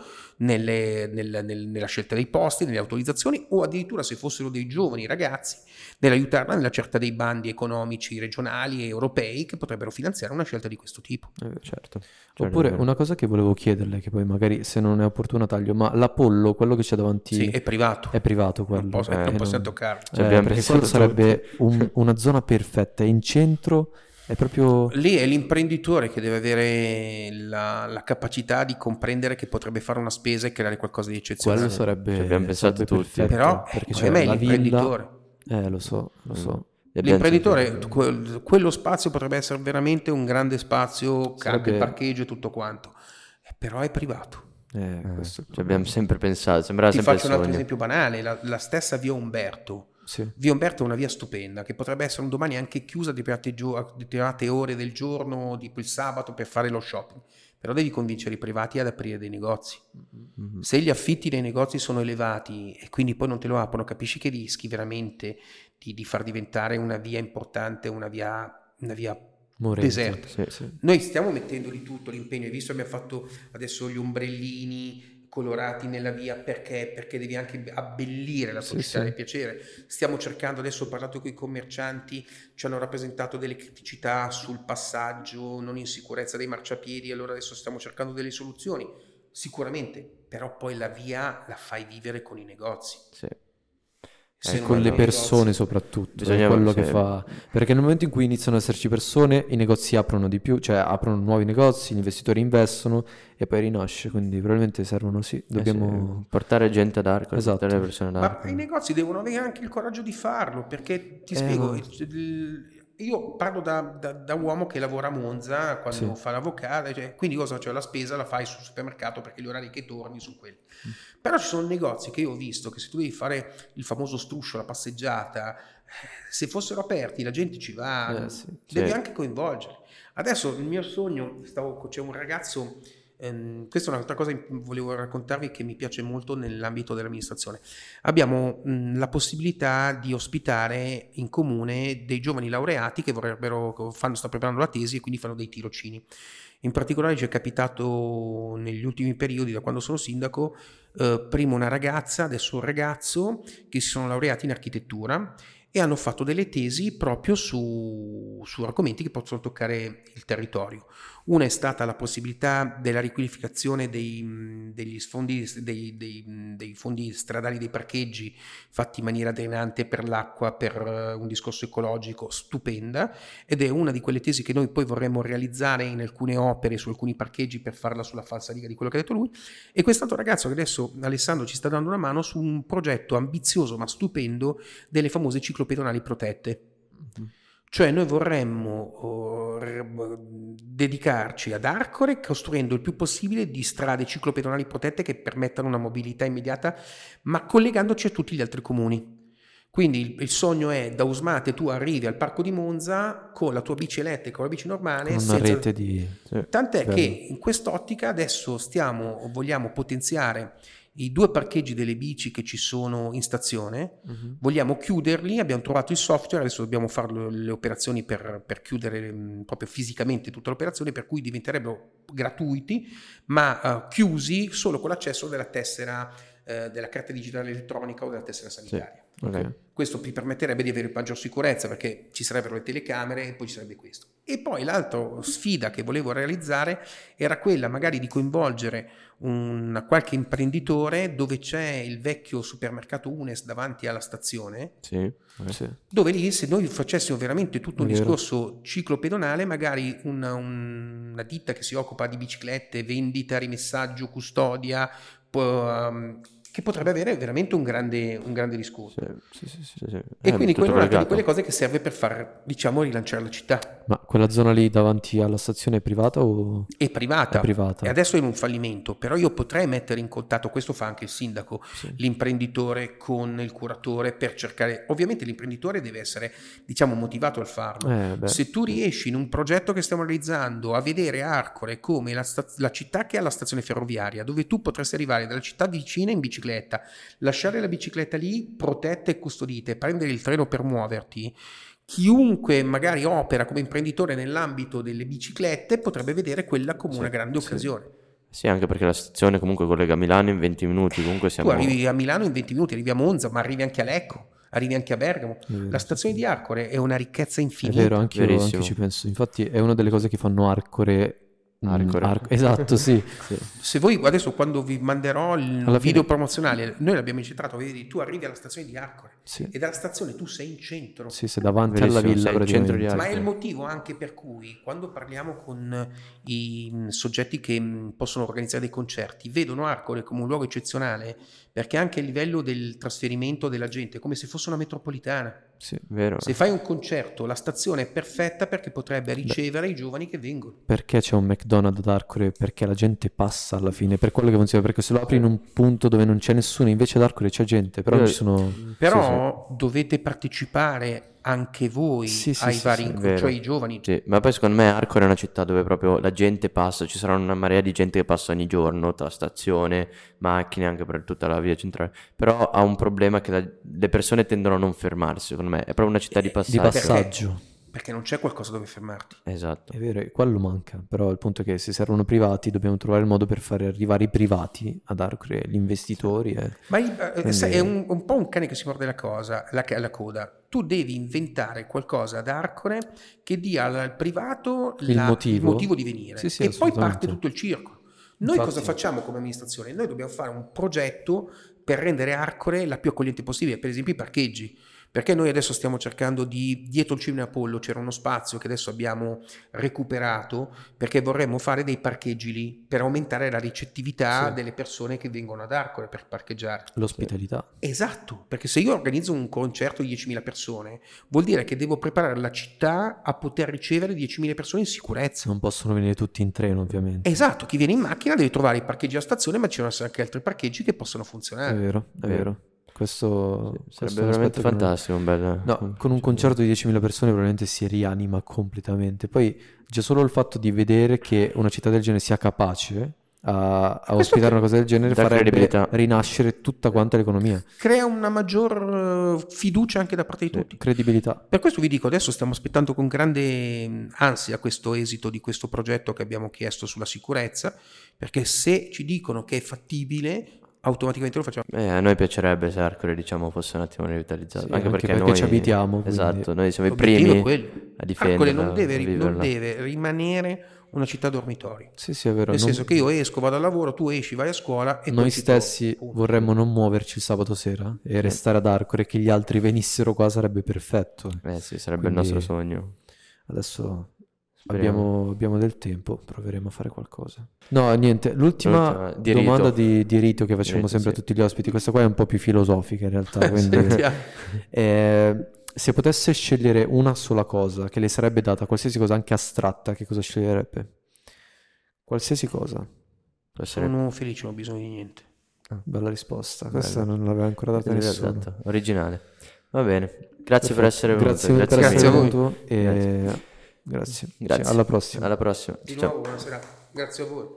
S1: nella scelta dei posti, nelle autorizzazioni, o addirittura se fossero dei giovani ragazzi nell'aiutarla nella certa dei bandi economici regionali e europei che potrebbero finanziare una scelta di questo tipo.
S2: Certo.
S3: Oppure
S2: Certo.
S3: una cosa che volevo chiederle, che poi magari se non è opportuno taglio, ma l'Apollo, quello che c'è davanti,
S1: Sì, è privato.
S3: è privato quello.
S1: Non possiamo
S3: non-
S1: toccarlo.
S2: Ci abbiamo
S3: perché
S2: pensato
S3: quello sarebbe una zona perfetta, è in centro, è proprio...
S1: Lì è l'imprenditore che deve avere la capacità di comprendere che potrebbe fare una spesa e creare qualcosa di eccezionale.
S3: Quello sarebbe,
S2: Ci abbiamo pensato
S3: sarebbe
S2: tutti.
S3: perfetto,
S1: Però
S3: perché
S1: secondo me
S3: c'è la villa...
S1: l'imprenditore.
S3: Lo so.
S2: E abbiamo
S1: L'imprenditore,
S2: cercato-
S1: quello spazio potrebbe essere veramente un grande spazio, anche
S3: Sarebbe-
S1: parcheggio e tutto quanto, però è privato.
S3: Questo
S2: Ci abbiamo sempre pensato, sembrava
S1: Ti
S2: sempre il
S1: faccio un altro
S2: sogno.
S1: esempio banale, la stessa via Umberto.
S3: sì.
S1: Via Umberto è una via stupenda che potrebbe essere un domani anche chiusa a determinate ore del giorno, tipo il sabato, per fare lo shopping. Però devi convincere i privati ad aprire dei negozi. Se gli affitti dei negozi sono elevati e quindi poi non te lo aprono, capisci che rischi veramente di far diventare una via importante, una via
S3: Morente.
S1: deserta.
S2: Sì.
S1: Noi stiamo mettendo di tutto l'impegno, hai visto, abbiamo fatto adesso gli ombrellini colorati nella via perché devi anche abbellire la tua città,
S3: sì.
S1: di piacere. Stiamo cercando, adesso ho parlato con i commercianti, ci hanno rappresentato delle criticità sul passaggio, non in sicurezza dei marciapiedi, allora adesso stiamo cercando delle soluzioni, sicuramente, però poi la via la fai vivere con i negozi.
S2: Sì.
S1: Se
S3: E
S1: non
S3: con le
S1: hanno i negozi-
S3: persone soprattutto,
S2: Bisogna-
S3: è quello che
S2: sì.
S3: fa, perché nel momento in cui iniziano ad esserci persone, i negozi aprono di più, cioè aprono nuovi negozi, gli investitori investono e poi rinasce, quindi probabilmente servono, sì, dobbiamo...
S2: Sì, portare gente ad Arcore,
S3: Esatto.
S2: portare le persone ad
S1: Ma
S2: Arcore.
S1: i negozi devono avere anche il coraggio di farlo, perché ti spiego,
S3: no.
S1: il io parlo da uomo che lavora a Monza quando
S3: Sì.
S1: fa l'avvocato, cioè, quindi cosa? Cioè, la spesa la fai sul supermercato perché gli orari che torni sono quelli. Però ci sono negozi che io ho visto che se tu devi fare il famoso struscio, la passeggiata, se fossero aperti la gente ci va,
S3: Sì.
S1: devi
S2: Sì.
S1: anche coinvolgere. Adesso il mio sogno, c'è un ragazzo, questa è un'altra cosa che volevo raccontarvi che mi piace molto nell'ambito dell'amministrazione. Abbiamo la possibilità di ospitare in comune dei giovani laureati che stanno preparando la tesi e quindi fanno dei tirocini. In particolare ci è capitato negli ultimi periodi, da quando sono sindaco, prima una ragazza, adesso un ragazzo, che si sono laureati in architettura e hanno fatto delle tesi proprio su argomenti che possono toccare il territorio. Una è stata la possibilità della riqualificazione dei fondi stradali, dei parcheggi fatti in maniera drenante per l'acqua, per un discorso ecologico, stupenda, ed è una di quelle tesi che noi poi vorremmo realizzare in alcune opere su alcuni parcheggi per farla sulla falsariga di quello che ha detto lui. E quest'altro ragazzo che adesso Alessandro ci sta dando una mano su un progetto ambizioso ma stupendo delle famose ciclopedonali protette. Cioè noi vorremmo dedicarci ad Arcore costruendo il più possibile di strade ciclopedonali protette che permettano una mobilità immediata, ma collegandoci a tutti gli altri comuni. Quindi il sogno è da Usmate tu arrivi al parco di Monza con la tua bici elettrica o la bici normale,
S3: Con una rete di...
S2: Sì.
S1: tant'è
S3: Bello.
S1: che in quest'ottica adesso vogliamo potenziare i 2 parcheggi delle bici che ci sono in stazione, vogliamo chiuderli, abbiamo trovato il software, adesso dobbiamo fare le operazioni per chiudere proprio fisicamente tutta l'operazione, per cui diventerebbero gratuiti, ma chiusi solo con l'accesso della tessera, della carta digitale elettronica o della tessera sanitaria.
S2: Ok.
S1: Questo ti permetterebbe di avere maggior sicurezza perché ci sarebbero le telecamere e poi ci sarebbe questo. E poi l'altra sfida che volevo realizzare era quella magari di coinvolgere qualche imprenditore dove c'è il vecchio supermercato Unes davanti alla stazione,
S2: Sì.
S3: Sì.
S1: dove lì se noi facessimo veramente tutto un
S3: È vero.
S1: discorso ciclopedonale, magari una ditta che si occupa di biciclette, vendita, rimessaggio, custodia, che potrebbe avere veramente un grande riscontro.
S2: Sì.
S1: E quindi
S2: tutto
S1: quella è un'altra di
S2: collegato.
S1: quelle cose che serve per far, diciamo, rilanciare la città.
S3: Ma quella zona lì davanti alla stazione è privata o...
S1: È privata.
S3: È privata.
S1: E adesso è in un fallimento, però io potrei mettere in contatto, questo fa anche il sindaco, l'imprenditore con il curatore per cercare, ovviamente l'imprenditore deve essere, diciamo, motivato al farlo.
S3: Beh.
S1: Se tu riesci in un progetto che stiamo realizzando a vedere Arcore come la città che ha la stazione ferroviaria, dove tu potresti arrivare dalla città vicina in bicicletta, lasciare la bicicletta lì protetta e custodita e prendere il treno per muoverti, chiunque magari opera come imprenditore nell'ambito delle biciclette potrebbe vedere quella come una grande occasione.
S2: Sì, anche perché la stazione comunque collega Milano in 20 minuti, comunque
S1: Tu
S2: siamo...
S1: arrivi a Milano in 20 minuti, arrivi a Monza, ma arrivi anche a Lecco, arrivi anche a Bergamo. La stazione di Arcore è una ricchezza
S3: È
S1: infinita.
S3: vero, anche io
S2: Verissimo.
S3: ci penso. Infatti è una delle cose che fanno Arcore.
S2: Arcore.
S3: Esatto, sì.
S1: Se voi adesso quando vi manderò il
S3: Alla
S1: video
S3: fine-
S1: promozionale, noi l'abbiamo incentrato, vedi, tu arrivi alla stazione di Arcore
S3: Sì.
S1: e dalla stazione tu sei in centro.
S3: Sì, sei davanti
S2: Verissimo,
S3: alla villa
S2: sei il centro di
S3: praticamente.
S1: Ma è il
S2: Arcore.
S1: motivo anche per cui quando parliamo con i soggetti che possono organizzare dei concerti, vedono Arcore come un luogo eccezionale perché anche a livello del trasferimento della gente è come se fosse una metropolitana.
S3: Sì.
S2: Vero.
S1: Se fai un concerto, la stazione è perfetta perché potrebbe ricevere i giovani che vengono.
S3: Perché c'è un McDonald's ad Arcore? Perché la gente passa alla fine, per quello che funziona, perché se lo apri in un punto dove non c'è nessuno, invece ad Arcore c'è gente, però non ci sono...
S1: Però dovete partecipare anche voi
S3: Sì, sì,
S1: ai
S3: sì,
S1: vari
S3: sì,
S1: incontri,
S2: vero.
S1: cioè i giovani.
S2: Sì, ma poi secondo me Arcore è una città dove proprio la gente passa, ci sarà una marea di gente che passa ogni giorno tra stazione, macchine, anche per tutta la via centrale, però ha un problema che le persone tendono a non fermarsi, secondo me, è proprio una città di
S3: Di
S2: passaggio.
S3: passaggio.
S1: Perché non c'è qualcosa dove fermarti.
S2: Esatto.
S3: È vero, e quello manca, però il punto è che se servono privati dobbiamo trovare il modo per fare arrivare i privati ad Arcore, gli investitori.
S1: Ma
S3: Quindi-
S1: sai, è un po' un cane che si morde la coda. Tu devi inventare qualcosa ad Arcore che dia al privato
S3: Il motivo.
S1: di venire.
S3: Sì, sì,
S1: e poi
S3: assolutamente.
S1: parte tutto il circo. Noi
S3: Infatti-
S1: cosa facciamo come amministrazione? Noi dobbiamo fare un progetto per rendere Arcore la più accogliente possibile, per esempio i parcheggi. perché noi adesso stiamo cercando dietro il Cinema Apollo c'era uno spazio che adesso abbiamo recuperato, perché vorremmo fare dei parcheggi lì per aumentare la ricettività
S3: Sì.
S1: delle persone che vengono ad Arcore per parcheggiare.
S3: L'ospitalità.
S1: Esatto, perché se io organizzo un concerto di 10.000 persone, vuol dire che devo preparare la città a poter ricevere 10.000 persone in sicurezza.
S3: Non possono venire tutti in treno, ovviamente.
S1: Esatto, chi viene in macchina deve trovare i parcheggi a stazione, ma ci devono essere anche altri parcheggi che possono
S3: È
S1: funzionare.
S3: vero, è vero. Questo
S2: Sarebbe
S3: questo è un
S2: veramente
S3: aspetto che non-
S2: fantastico, un bel...
S3: No, con un concerto di 10.000 persone probabilmente si rianima completamente. Poi già solo il fatto di vedere che una città del genere sia capace a ospitare una cosa del genere
S2: dà
S3: farebbe
S2: credibilità.
S3: rinascere tutta quanta l'economia.
S1: Crea una maggior fiducia anche da parte di tutti.
S3: Credibilità.
S1: Per questo vi dico, adesso stiamo aspettando con grande ansia questo esito di questo progetto che abbiamo chiesto sulla sicurezza, perché se ci dicono che è fattibile, automaticamente lo facciamo.
S2: A noi piacerebbe se Arcore, diciamo, fosse un attimo rivitalizzato.
S3: Sì,
S2: anche
S3: anche
S2: perché
S3: perché
S2: noi...
S3: ci abitiamo, quindi-
S2: Esatto, noi siamo i
S1: L'obiettivo
S2: primi
S1: è quello.
S2: a
S1: Arcole
S2: difenderla,
S1: non deve,
S2: a
S1: non
S2: viverla.
S1: deve rimanere una città dormitorio.
S3: Sì, sì, è vero.
S1: Nel
S3: non-
S1: senso che io esco, vado al lavoro, tu esci, vai a scuola e
S3: Noi
S1: poi ti trovo.
S3: stessi
S1: Punto.
S3: vorremmo non muoverci il sabato sera e restare ad Arcore, che gli altri venissero qua sarebbe perfetto.
S2: Sì, sarebbe
S3: Quindi-
S2: il nostro sogno.
S3: Adesso
S2: Speriamo.
S3: abbiamo del tempo, proveremo a fare qualcosa. No, niente, l'ultima
S2: L'ultima, di rito.
S3: domanda di rito che facciamo
S2: Rito,
S3: sempre a
S2: sì.
S3: tutti gli ospiti, questa qua è un po' più filosofica in realtà, quindi
S1: Sentiamo.
S3: se potesse scegliere una sola cosa che le sarebbe data, qualsiasi cosa anche astratta, che cosa sceglierebbe? Qualsiasi cosa.
S2: Può essere...
S1: Sono felice, non ho bisogno di niente.
S3: Bella risposta, questa
S2: Bello.
S3: non l'aveva ancora data nessuno.
S2: Esatto, originale. Va bene. Grazie per
S3: Perfetto.
S2: essere venuto.
S3: Grazie per
S1: Grazie
S3: essere
S1: a voi.
S3: venuto e grazie.
S2: Grazie.
S3: Sì, alla prossima.
S2: Alla prossima.
S1: Di
S2: Ciao.
S1: nuovo, buonasera. Grazie a voi.